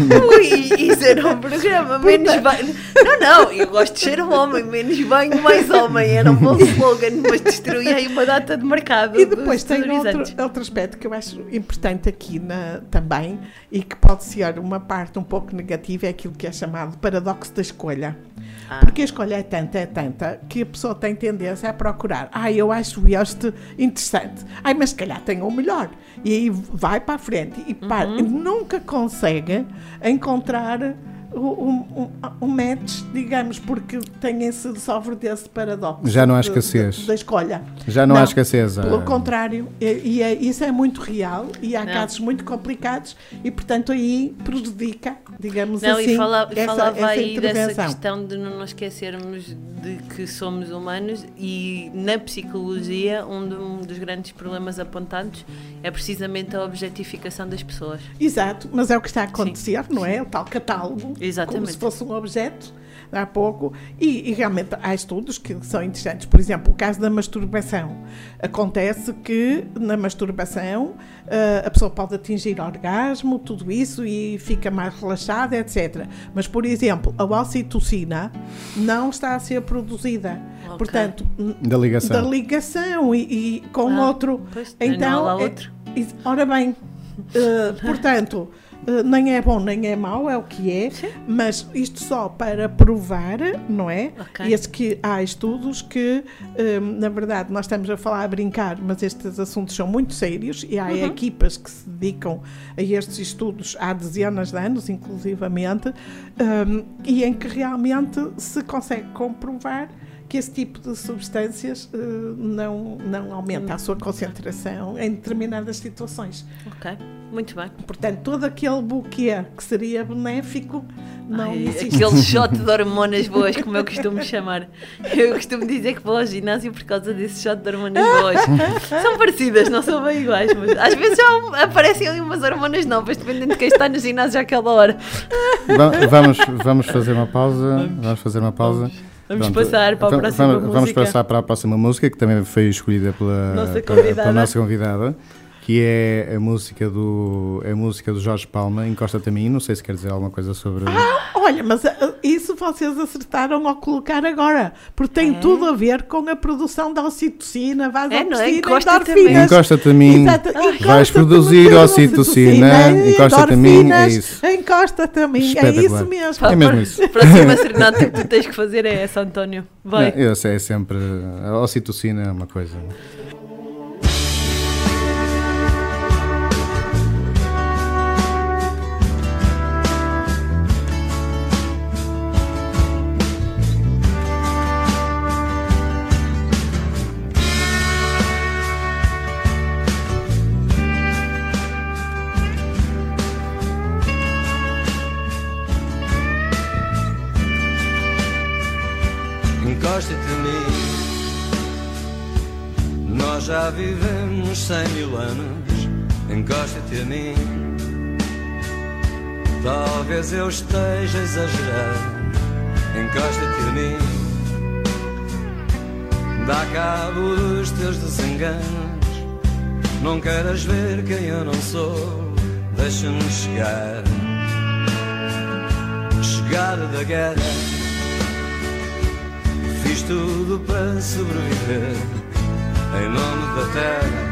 Ui, isso era um programa, menos banho. Não, não, eu gosto de ser um homem, menos banho, mais homem. Era um bom slogan, mas destruía aí uma data de mercado. e depois dos tem desodorizantes. outro, outro aspecto que eu acho importante aqui na, também e que pode ser uma parte um pouco negativa, é aquilo que é chamado paradoxo da escolha. Ah. Porque a escolha é tanta, é tanta, que a pessoa tem tendência a procurar. Ah, eu acho este interessante. Ai, mas se calhar tem o melhor. E aí vai para a frente e para. Uhum. E nunca consegue encontrar um, um, um match, digamos, porque tem esse, sofre desse paradoxo. Já não há de- escassez. de- Da escolha. Já não há escassez. Pelo ah, contrário, e, e é- isso é muito real e há Não. casos muito complicados e, portanto, aí prejudica, digamos Não, assim, e fala- essa, falava essa aí dessa intervenção. questão de não nos esquecermos de que somos humanos e na psicologia um, do- um dos grandes problemas apontados é precisamente a objetificação das pessoas. Exato, mas é o que está a acontecer, não é? O tal catálogo, Exatamente. como se fosse um objeto, há pouco, e, e realmente há estudos que são interessantes. Por exemplo, o caso da masturbação. Acontece que na masturbação ah, a pessoa pode atingir orgasmo, tudo isso, e fica mais relaxada, etcétera. Mas, por exemplo, a ocitocina não está a ser produzida. Ok. Portanto, Da ligação. da ligação e, e com Ah, outro. pois, Então, não há lá é- outro. é- ora bem, eh, portanto, eh, nem é bom nem é mau, é o que é, mas isto só para provar, não é? Ok. E esse que há estudos que, eh, na verdade, nós estamos a falar a brincar, mas estes assuntos são muito sérios e há Uhum. equipas que se dedicam a estes estudos há dezenas de anos, inclusivamente, eh, e em que realmente se consegue comprovar que esse tipo de substâncias eh, não, não aumenta a sua concentração em determinadas situações. Ok. Muito bem. Portanto, todo aquele buquê que seria benéfico não Ai, existe. aquele shot de hormonas boas, como eu costumo chamar. Eu costumo dizer que vou ao ginásio por causa desse shot de hormonas boas. São parecidas, não são bem iguais, mas às vezes já aparecem ali umas hormonas novas, dependendo de quem está no ginásio àquela hora. Va- Vamos, vamos fazer uma pausa. Vamos, vamos fazer uma pausa. Vamos Pronto, passar para a va- próxima vamos, música. Vamos passar para a próxima música, que também foi escolhida pela Nossa pela- convidada. pela nossa convidada, que é a música do, a música do Jorge Palma, Encosta-te a mim. Não sei se quer dizer alguma coisa sobre... Olha, mas uh, isso vocês acertaram ao colocar agora, porque tem É. tudo a ver com a produção da ocitocina, É, não é? vasopressina e Encosta-te a mim. endorfinas. Encosta-te a mim, Exato. vais Encosta-te produzir no ocitocina, e encosta-te a mim, é endorfinas, isso. Encosta-te a mim, é Espetacular. isso mesmo. É mesmo isso. A próxima serenata que tu tens que fazer é essa, António. Vai. Não, eu sei, é sempre... A ocitocina é uma coisa... Encosta-te a mim. Nós já vivemos cem mil anos. Encosta-te a mim. Talvez eu esteja exagerando. Encosta-te a mim. Dá cabo dos teus desenganos. Não queiras ver quem eu não sou. Deixa-me chegar. Chegar da guerra. Fiz tudo para sobreviver em nome da terra.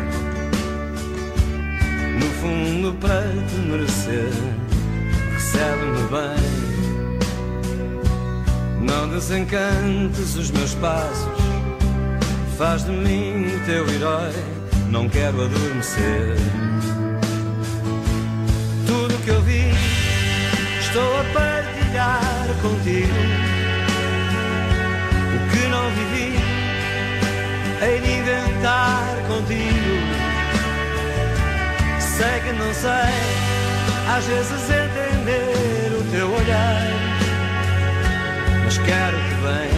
No fundo para te merecer. Recebe-me bem. Não desencantes os meus passos. Faz de mim teu herói. Não quero adormecer. Tudo que eu vi estou a partilhar contigo. Que não vivi, hei de inventar contigo. Sei que não sei, às vezes entender o teu olhar, mas quero-te bem.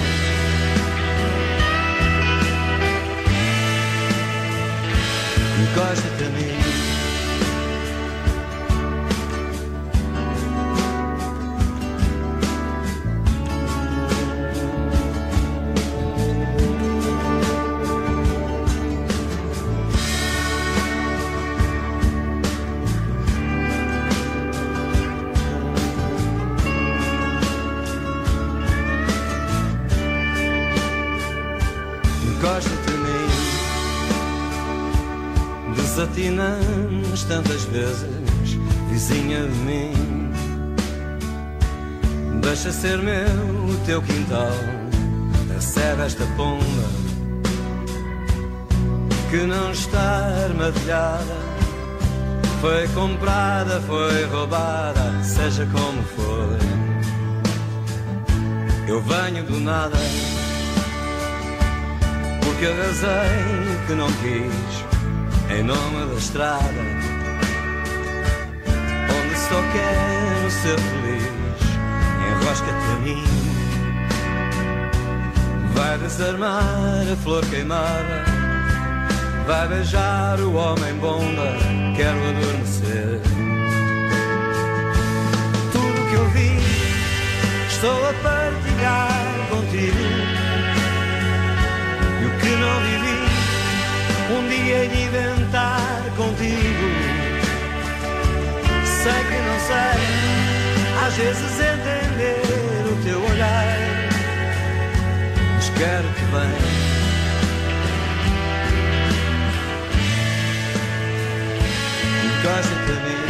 Encosta-te a mim. Encosta-te a mim. Desatinamos tantas vezes, vizinha de mim. Deixa ser meu o teu quintal. Recebe esta pomba que não está armadilhada. Foi comprada, foi roubada, seja como for. Eu venho do nada, porque arrasei que não quis, em nome da estrada, onde só quero ser feliz. Enrosca-te a mim. Vai desarmar a flor queimada, vai beijar o homem bomba. Quero adormecer. Tudo que eu vi estou a partilhar contigo. E o que não vivi, um dia hei de inventar contigo. Sei que não sei, às vezes entender o teu olhar, mas quero-te bem. Encosta-te a mim.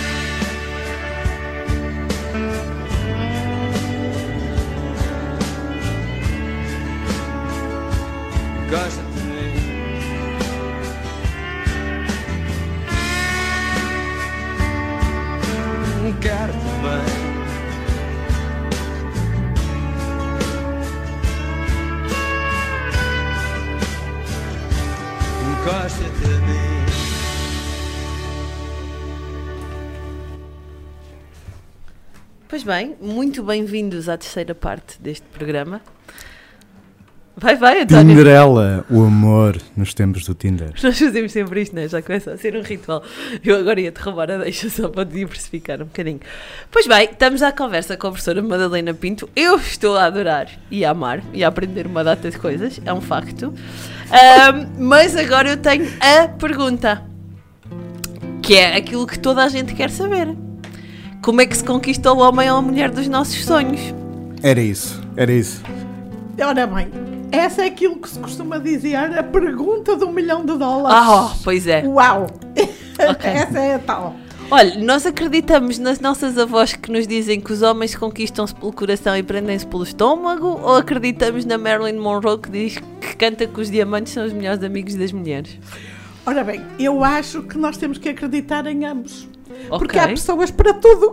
Encosta-te a mim. Quero-te bem. Encosta-te a mim. Pois bem, muito bem-vindos à terceira parte deste programa. Vai, vai, António. Tinderela, o amor nos tempos do Tinder. Nós fazemos sempre isto, não é? Já começa a ser um ritual. Eu agora ia-te roubar a deixa só para te diversificar um bocadinho. Pois bem, estamos à conversa com a professora Madalena Pinto. Eu estou a adorar e a amar e a aprender uma data de coisas, é um facto. Um, mas agora eu tenho a pergunta, que é aquilo que toda a gente quer saber. Como é que se conquista o homem ou a mulher dos nossos sonhos? Era isso, era isso. Ora bem, essa é aquilo que se costuma dizer, a pergunta do milhão de dólares. Ah, oh, pois é. Uau! Okay. Essa é a tal. Olha, nós acreditamos nas nossas avós que nos dizem que os homens conquistam-se pelo coração e prendem-se pelo estômago, ou acreditamos na Marilyn Monroe que diz que canta que os diamantes são os melhores amigos das mulheres? Ora bem, eu acho que nós temos que acreditar em ambos. Okay. Porque há pessoas para tudo.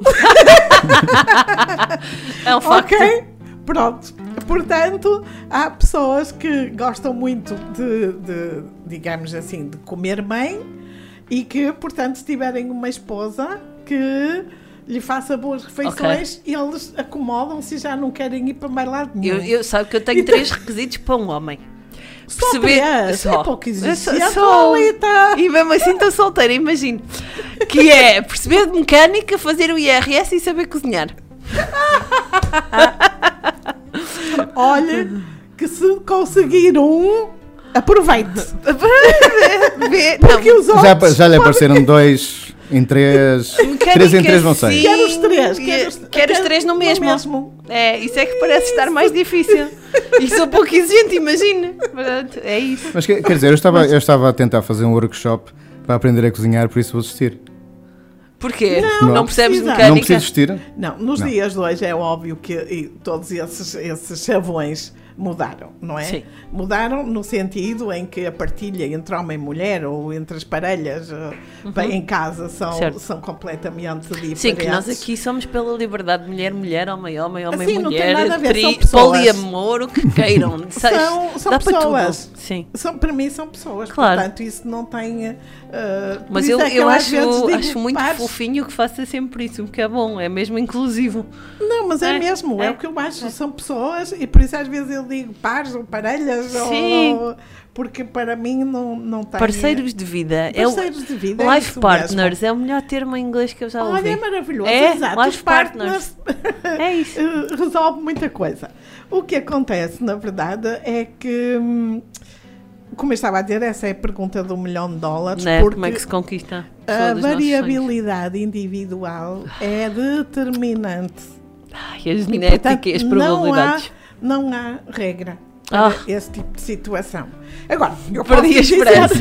É um facto. Ok? Pronto. Portanto, há pessoas que gostam muito de, de, digamos assim, de comer bem e que, portanto, se tiverem uma esposa que lhe faça boas refeições, okay, eles acomodam-se e já não querem ir para mais lado nenhum. Eu, eu sabe que eu tenho então, três requisitos para um homem. Só perceber só. É pouco existe. Só, só. E mesmo assim estou solteira, imagino. Que é perceber de mecânica, fazer o I R S e saber cozinhar. Olha, que se conseguir um, aproveite. Porque os outros já, já lhe apareceram dois em três. Três em três, não sei. Quero os três. Quero os, quero quero os três no mesmo. no mesmo. É, isso é que parece estar mais difícil. E sou pouco exigente, imagina. É isso. Mas quer dizer, eu estava, eu estava a tentar fazer um workshop para aprender a cozinhar, por isso vou desistir. Porquê? Não, não, não percebes precisa. mecânica? Não preciso desistir? Não, nos não. dias de hoje é óbvio que e, todos esses, esses chavões mudaram, não é? Sim. Mudaram no sentido em que a partilha entre homem e mulher ou entre as parelhas uhum. bem, em casa são, são completamente diferentes. Sim, que nós aqui somos pela liberdade, mulher, mulher, homem, homem, homem, assim, mulher, não tem nada a ver, tri, são pessoas. poliamor, o que queiram. são são Dá pessoas. Para Sim. São, para mim são pessoas, claro. Portanto isso não tem... Uh, Mas eu, é eu, eu às acho, vezes digo, acho muito pares. fofinho que faça sempre isso, porque é bom, é mesmo inclusivo. Não, mas é, é mesmo, é. é o que eu acho, é. São pessoas e por isso às vezes eu digo pares ou parelhas, Sim. ou, porque para mim não, não tem... Parceiros de vida. Parceiros é o, de vida, Life é partners, mesmo. é o melhor termo em inglês que eu já ouvi. Olha, é maravilhoso, é, exato. Life Os partners, partners. É isso. resolve muita coisa. O que acontece, na verdade, é que... Como eu estava a dizer, essa é a pergunta do milhão de dólares. Né? Porque como é que se conquista a, a variabilidade individual é determinante. Ai, a genética e, portanto, e as probabilidades. Não há, não há regra para ah. esse tipo de situação. Agora, eu perdi a esperança.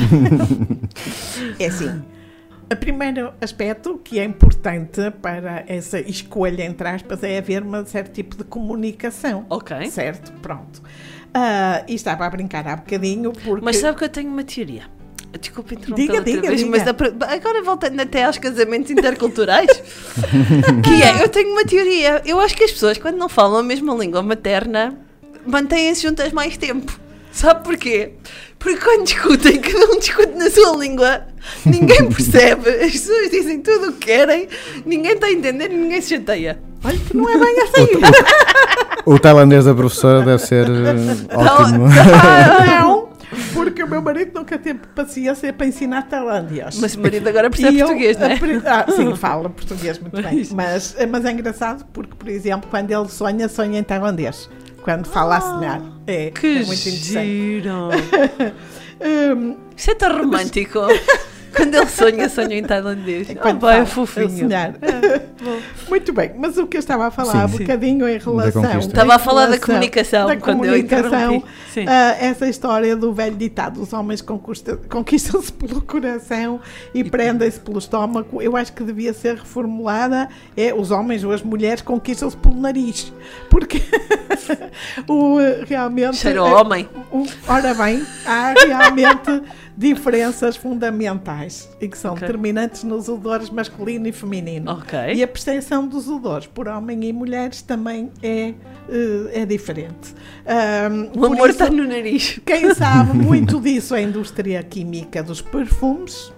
É assim. O primeiro aspecto que é importante para essa escolha, entre aspas, é haver um certo tipo de comunicação. Ok. Certo? Pronto. Uh, e estava a brincar há bocadinho porque... Mas sabe que eu tenho uma teoria. Desculpa interromper diga, outra diga, vez, diga. mas a, agora voltando até aos casamentos interculturais, que é, eu tenho uma teoria. Eu acho que as pessoas, quando não falam a mesma língua materna, mantêm-se juntas mais tempo. Sabe porquê? Porque quando discutem, cada um discute na sua língua, ninguém percebe, as pessoas dizem tudo o que querem, ninguém está a entender, ninguém se chateia. Olha que não é bem assim. O, o tailandês da professora deve ser uh, ótimo. Não, porque o meu marido nunca teve paciência para ensinar tailandês. Mas o marido agora percebe eu, português, não é? Ah, sim, fala português muito bem. Mas, mas é engraçado porque, por exemplo, quando ele sonha, sonha em tailandês. Quando fala ah, a sonhar. É, que é muito giro. um, Isso é tão romântico. Quando ele sonha, sonha em tailandês. Quando oh, vai, é fofinho. Sonhar. É, muito bem, mas o que eu estava a falar há um bocadinho em relação... Estava a falar da comunicação. Da quando comunicação, eu uh, essa história do velho ditado, os homens conquistam-se pelo coração e, e prendem-se pelo estômago, eu acho que devia ser reformulada, é os homens ou as mulheres conquistam-se pelo nariz, porque o, realmente... Cheiro ao homem. O, ora bem, há realmente diferenças fundamentais e que são okay. determinantes nos odores masculino e feminino. Okay. E a percepção dos odores por homem e mulheres também é, uh, é diferente. Um, o amor está no nariz. Quem sabe muito disso é a indústria química dos perfumes,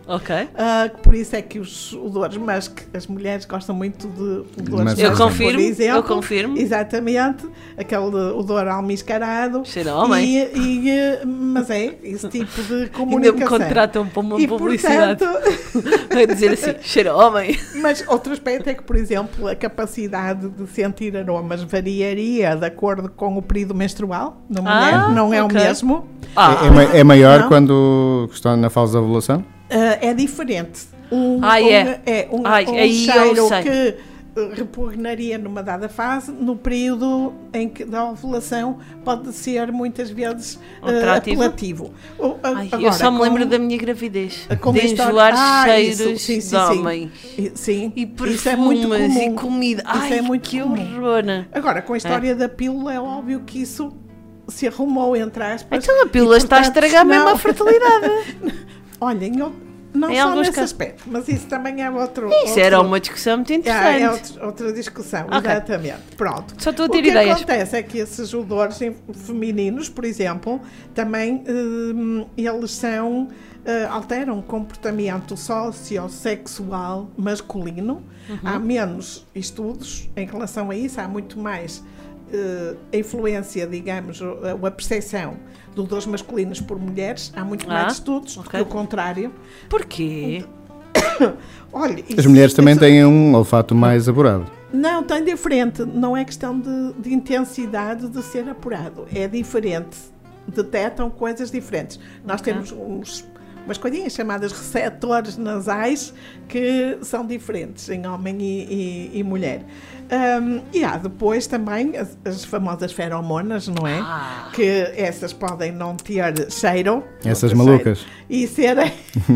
Ok. Uh, por isso é que os odores, mas que as mulheres gostam muito de odores Mas- Eu muscos, confirmo, por exemplo. eu confirmo. Exatamente, aquele odor almiscarado. Cheira a homem. E, e, eh, mas é esse tipo de Ainda me comunicação. contratam para uma E, publicidade. portanto, Vai dizer assim, cheira a homem. mas outro aspecto é que, por exemplo, a capacidade de sentir aromas variaria de acordo com o período menstrual da mulher, Ah, não é ok. o mesmo. Ah, É, é ma- é maior Não. quando estão na fase da ovulação? Uh, é diferente. Um, Ai, um, é. é um, Ai, um aí eu cheiro sei. que uh, repugnaria numa dada fase, no período em que da ovulação pode ser muitas vezes uh, Atrativo? apelativo. O- a- Ai, eu agora, só me com- lembro da minha gravidez. com De a história- enjoar Ah, cheiros isso, sim, sim, de sim. homem. E- Sim, E isso é muito perfumes comum. e comida. Isso Ai, é muito que comum. horror. Agora, com a história da pílula, é óbvio que isso se arrumou, entre aspas. Então a pílula e, está a portanto, estragar mesmo não- a fertilidade. Olhem, eu, não Em só alguns nesse casos. aspecto, mas isso também é outro... Isso outro, era uma discussão muito é, interessante. é outro- outra discussão, Ok. exatamente. Pronto. Só estou a O ter que ideias. acontece é que esses odores em- femininos, por exemplo, também hum, eles são... eh, alteram o comportamento sociossexual masculino. Uhum. Há menos estudos em relação a isso, há muito mais eh, a influência, digamos, ou a, a percepção de odores masculinos por mulheres. Há muito Ah, mais estudos ok. do que o contrário. Porquê? Olha, As isso- mulheres também isso- têm um olfato mais apurado. Não, tem diferente. Não é questão de, de intensidade de ser apurado. É diferente. Detectam coisas diferentes. Nós temos uns, umas coisinhas chamadas receptores nasais que são diferentes em homem e, e- e mulher. Hum, e há depois também as, as famosas feromonas, não é? Ah. Que essas podem não ter cheiro. Essas não ter malucas. cheiro, E serem.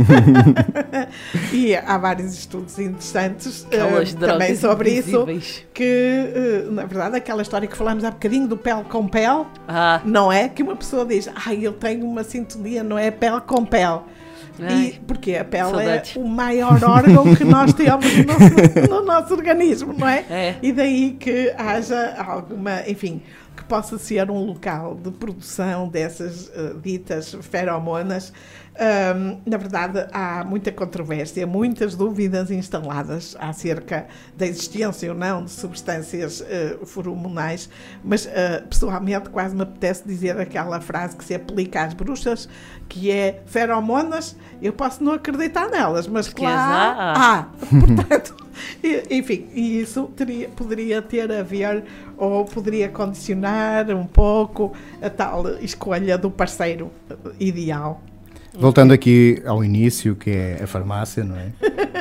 E há vários estudos interessantes Aquelas eh, também drogas sobre isso. invisíveis. Que, eh, na verdade, aquela história que falámos há bocadinho do pele com pele, Ah, não é? Que uma pessoa diz, ai, eu tenho uma sintonia, não é pele com pele. Ai, E, porque a pele saudades. é o maior órgão que nós temos no nosso, no nosso organismo, não é? É. E daí que haja alguma, enfim, que possa ser um local de produção dessas eh, ditas feromonas. Ahm, na verdade, há muita controvérsia, muitas dúvidas instaladas acerca da existência ou não de substâncias eh, feromonais, mas eh, pessoalmente quase me apetece dizer aquela frase que se aplica às bruxas, que é feromonas, eu posso não acreditar nelas, mas Porque claro, há, há. Portanto, e- enfim, e isso teria, poderia ter a ver ou poderia condicionar um pouco a tal escolha do parceiro eh, ideal. Voltando aqui ao início, que é a farmácia, não é?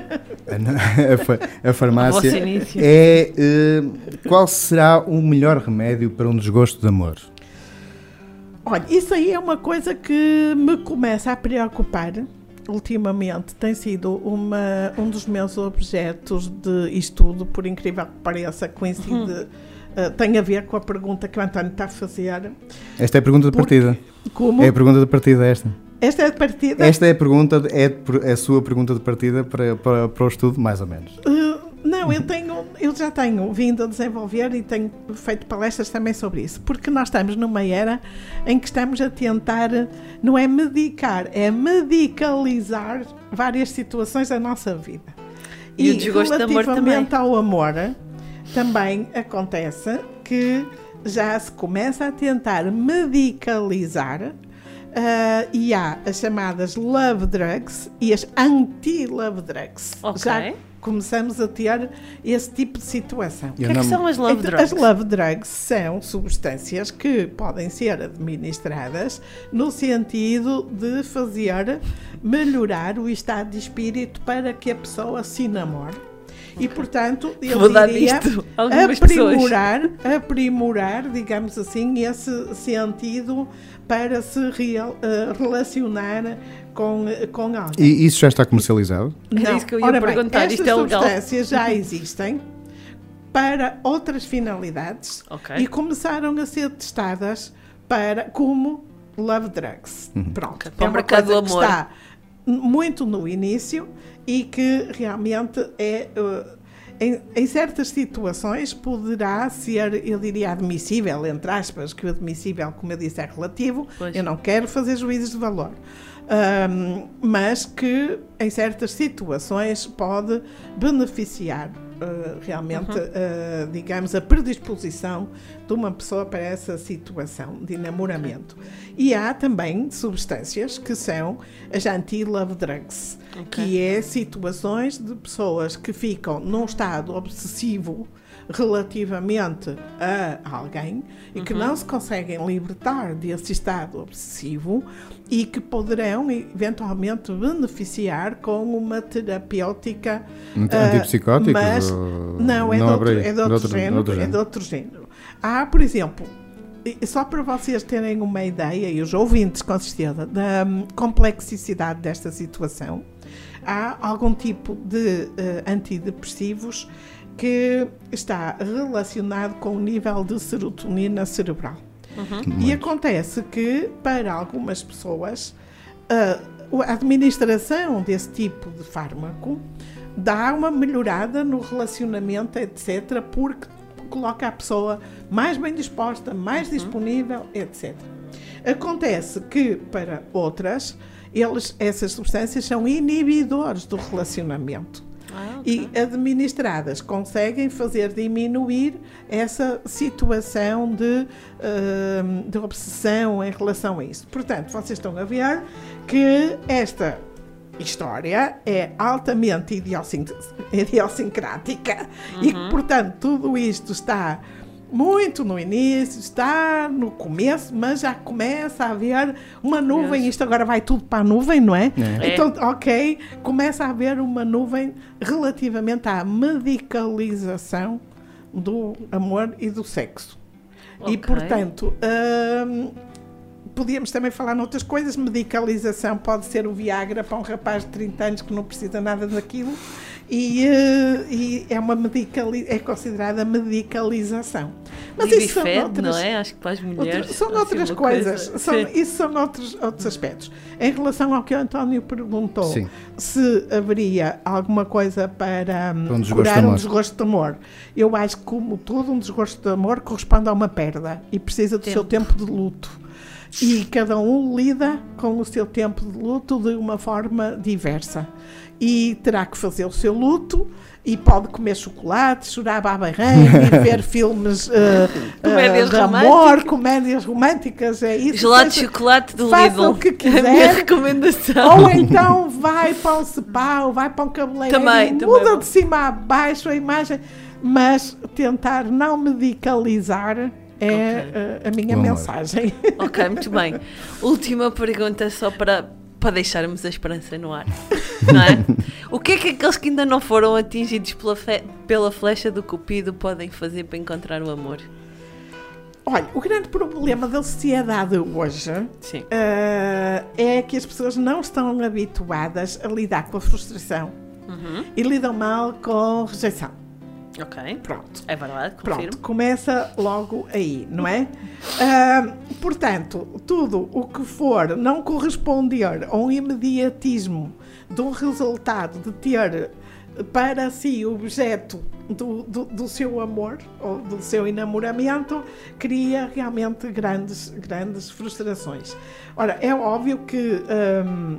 A, a fa- a farmácia vosso início. é... eh, qual será o melhor remédio para um desgosto de amor? Olha, isso aí é uma coisa que me começa a preocupar ultimamente. Tem sido uma, um dos meus objetos de estudo, por incrível que pareça, coincide, Uhum. eh, tem a ver com a pergunta que o António está a fazer. Esta é a pergunta de Porque- partida. Como? É a pergunta de partida esta. Esta é a partida? Esta é a pergunta, de- é por- a sua pergunta de partida para, para, para o estudo, mais ou menos. Uh, não, eu tenho, eu já tenho vindo a desenvolver e tenho feito palestras também sobre isso, porque nós estamos numa era em que estamos a tentar, não é medicar, é medicalizar várias situações da nossa vida. E o desgosto de amor relativamente também. ao amor, também acontece que já se começa a tentar medicalizar. Uh, e há as chamadas love drugs e as anti-love drugs. Ok. Já começamos a ter esse tipo de situação. O que é que são as love Então, drugs? As love drugs são substâncias que podem ser administradas no sentido de fazer melhorar o estado de espírito para que a pessoa se namore. E, portanto, eu Vou dar diria disto a algumas pessoas. aprimorar, aprimorar, digamos assim, esse sentido para se real- eh, relacionar com, com alguém. E isso já está comercializado? Era Não. isso que eu ia Ora bem, perguntar, estas isto é legal? substâncias já existem para outras finalidades Ok. e começaram a ser testadas para como love drugs. Pronto, Para o é uma mercado coisa do que amor. está muito no início e que realmente é, uh, em, em certas situações poderá ser, eu diria, admissível, entre aspas, que o admissível, como eu disse, é relativo, Pois. eu não quero fazer juízes de valor. Um, mas que em certas situações pode beneficiar uh, realmente, Uhum. uh, digamos, a predisposição de uma pessoa para essa situação de enamoramento. E há também substâncias que são as anti-love drugs, Ok. que é situações de pessoas que ficam num estado obsessivo relativamente a alguém e que Uhum. não se conseguem libertar desse estado obsessivo e que poderão eventualmente beneficiar com uma terapêutica Anti- ah, antipsicóticos mas ou- não, é, não de haverá- outro, é de de outro outro- género, de outro é de género. outro género. Há, por exemplo, e- só para vocês terem uma ideia, e os ouvintes com certeza, da hum, complexidade desta situação, há algum tipo de eh, antidepressivos que está relacionado com o nível de serotonina cerebral. E acontece que, para algumas pessoas, a, a administração desse tipo de fármaco dá uma melhorada no relacionamento, etcétera, porque coloca a pessoa mais bem disposta, mais disponível, etcétera. Acontece que, para outras, eles, essas substâncias são inibidores do relacionamento. Ah, ok. E administradas conseguem fazer diminuir essa situação de, hum, de obsessão em relação a isso. Portanto, vocês estão a ver que esta história é altamente idiossin- idiosincrática e que, portanto, tudo isto está muito no início, está no começo, mas já começa a haver uma nuvem. Yes. Isto agora vai tudo para a nuvem, não é? É. Então, ok, começa a haver uma nuvem relativamente à medicalização do amor e do sexo. E, Ok. portanto, hum, podíamos também falar noutras coisas. Medicalização pode ser o Viagra para um rapaz de trinta anos que não precisa nada daquilo. E, eh, e é, uma medicali- é considerada medicalização. Mas isso são Libifed, outras, não é? Acho que para as mulheres. outras- são assim, outras uma coisas. coisa- São, Sim. isso são outros, outros aspectos. Em relação ao que o António perguntou, Sim. se haveria alguma coisa para hum, Um desgosto curar de um amor. desgosto de amor, eu acho que, como todo um desgosto de amor, corresponde a uma perda e precisa do Tempo. seu tempo de luto. E cada um lida com o seu tempo de luto de uma forma diversa. E terá que fazer o seu luto e pode comer chocolate, chorar babarrém, e ver filmes uh, Comédias uh, de amor, românticas. comédias românticas, é isso. Gelado de Seja- chocolate do faça Lidl. o que É a minha quiser. recomendação. Ou então vai para o spa, ou vai para um cabeleireiro Também, e também muda é bom. de cima a baixo a imagem, mas tentar não medicalizar é uh, a minha O amor. mensagem. Ok, muito bem. Última pergunta só para, para deixarmos a esperança no ar. Não é? O que é que aqueles que ainda não foram atingidos pela, fe- pela flecha do Cupido podem fazer para encontrar o amor? Olha, o grande problema da sociedade hoje Sim. uh, é que as pessoas não estão habituadas a lidar com a frustração Uhum. e lidam mal com rejeição. Ok. Pronto. É verdade, confirmo. Pronto, começa logo aí, não é? Ah, portanto, tudo o que for não corresponder a um imediatismo de um resultado de ter para si o objeto do, do, do seu amor ou do seu enamoramento cria realmente grandes, grandes frustrações. Ora, é óbvio que hum,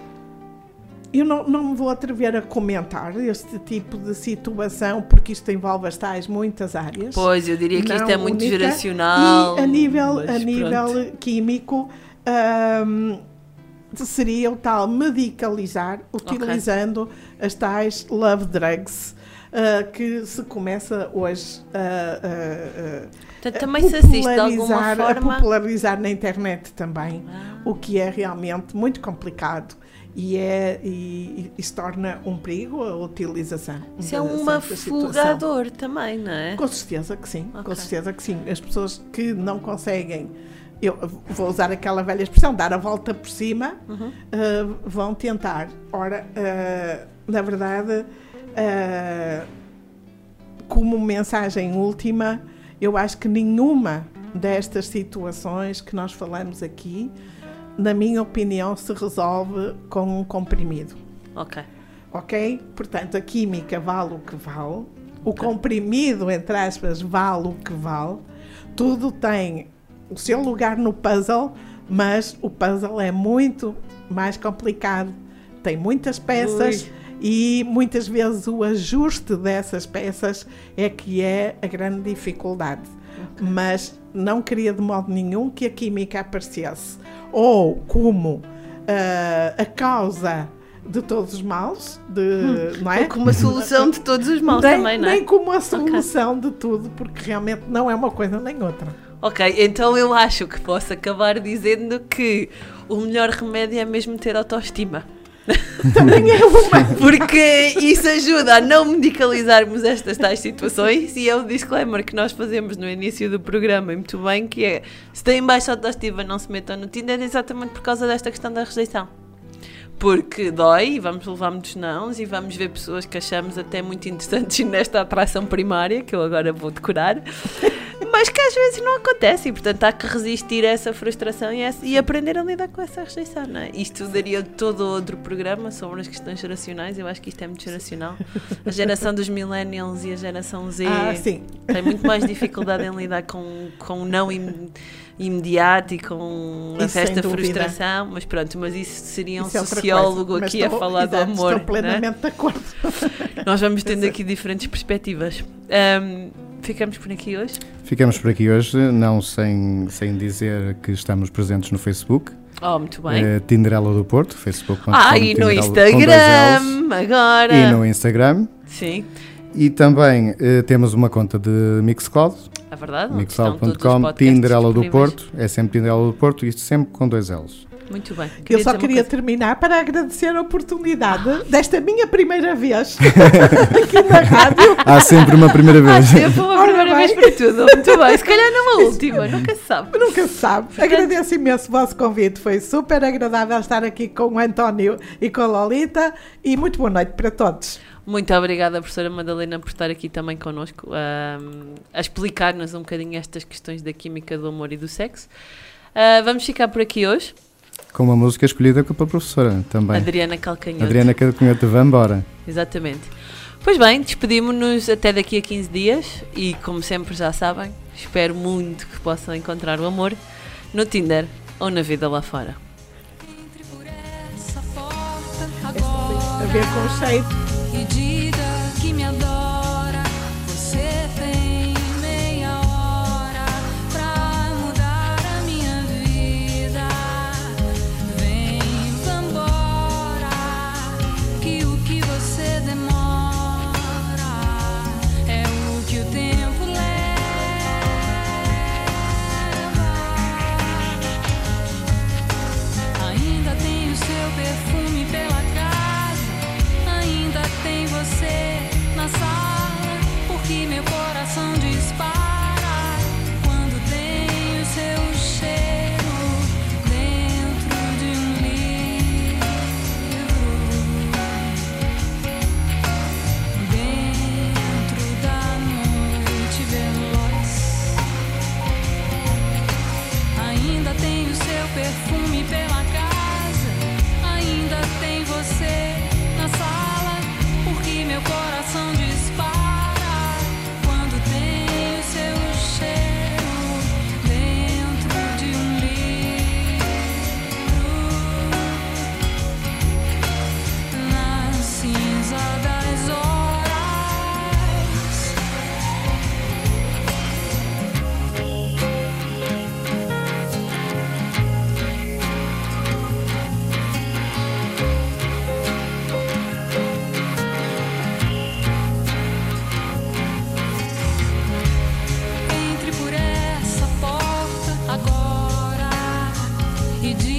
eu não, não me vou atrever a comentar este tipo de situação porque isto envolve as tais muitas áreas. Pois, eu diria que isto Não é muito única. geracional. E a nível, mas a pronto. nível químico, hum, seria o tal medicalizar, utilizando as tais love drugs, uh, que se começa hoje a, a, a, Portanto, a também se assiste de alguma popularizar- a forma. popularizar na internet também, Ah. o que é realmente muito complicado. E, é, e, e se torna um perigo a utilização. Isso é de um certa situação. afogador também, não é? Com certeza que sim, com Ok. certeza que sim. As pessoas que não conseguem, eu vou usar aquela velha expressão, dar a volta por cima, Uhum. uh, vão tentar. Ora, uh, na verdade, uh, como mensagem última, eu acho que nenhuma destas situações que nós falamos aqui, na minha opinião, se resolve com um comprimido. Ok. Ok? Portanto, a química vale o que vale o comprimido, entre aspas, vale o que vale. Tudo tem o seu lugar no puzzle, mas o puzzle é muito mais complicado. Tem muitas peças. Ui. E muitas vezes o ajuste dessas peças é que é a grande dificuldade. Okay. Mas não queria de modo nenhum que a química aparecesse. Ou como uh, a causa de todos os males, de, hum. não é? Ou como a solução de todos os males nem, também, não é? Nem como a solução okay. de tudo, porque realmente não é uma coisa nem outra. Ok, então eu acho que posso acabar dizendo que o melhor remédio é mesmo ter autoestima. Também é uma. Porque isso ajuda a não medicalizarmos estas tais situações, e é o disclaimer que nós fazemos no início do programa, e muito bem, que é: se têm baixa autoestima, não se metam no Tinder, exatamente por causa desta questão da rejeição. Porque dói, e vamos levar muitos nãos, e vamos ver pessoas que achamos até muito interessantes nesta atração primária, que eu agora vou decorar, mas que às vezes não acontece, e portanto há que resistir a essa frustração e, essa, e aprender a lidar com essa rejeição, não é? Isto daria todo outro programa sobre as questões geracionais. Eu acho que isto é muito geracional. A geração dos millennials e a geração Z ah, sim. tem muito mais dificuldade em lidar com, com o não im, imediato e com a esta frustração, mas pronto, mas isso seria um isso sociólogo é aqui estou, a falar exato, do amor. Estou plenamente é? de acordo. Nós vamos tendo aqui diferentes perspectivas. Um, ficamos por aqui hoje? Ficamos por aqui hoje, não sem, sem dizer que estamos presentes no Facebook. Oh, muito bem. Uh, Tinderela do Porto, facebook ponto com. Ah, e no Instagram, agora. E no Instagram. Sim. E também uh, temos uma conta de Mixcloud. É verdade. Mixcloud ponto com, Tinderela do Porto. É sempre Tinderela do Porto, isto sempre com dois L's. Muito bem. Queria eu só queria terminar para agradecer a oportunidade ah. desta minha primeira vez aqui na rádio. Há sempre uma primeira vez. Há sempre uma primeira vez para tudo. Muito bem. Se calhar numa última, nunca se sabe. Nunca se sabe. Portanto, agradeço imenso o vosso convite. Foi super agradável estar aqui com o António e com a Lolita. E muito boa noite para todos. Muito obrigada, professora Madalena, por estar aqui também connosco um, a explicar-nos um bocadinho estas questões da química do amor e do sexo. Uh, vamos ficar por aqui hoje. Com uma música escolhida pela professora também. Adriana Calcanhoto. Adriana Calcanhoto, vamos embora. Exatamente. Pois bem, despedimos-nos até daqui a quinze dias e, como sempre já sabem, espero muito que possam encontrar o amor no Tinder ou na vida lá fora. A ver com o cheiro. E diga que me adora. Você tem meia hora pra mudar a minha vida. Vem, vambora, que o que você demora é o que o tempo leva. Ainda tem o seu perfume pela casa, ainda tem você na sala, porque meu coração dispara quando tem o seu cheiro dentro de um livro, dentro da noite veloz. Ainda tem o seu perfume pela casa, ainda tem você na sala, porque meu coração dispara quando tem o seu cheiro dentro de um livro, na cinza das horas. Entre por essa porta agora e diga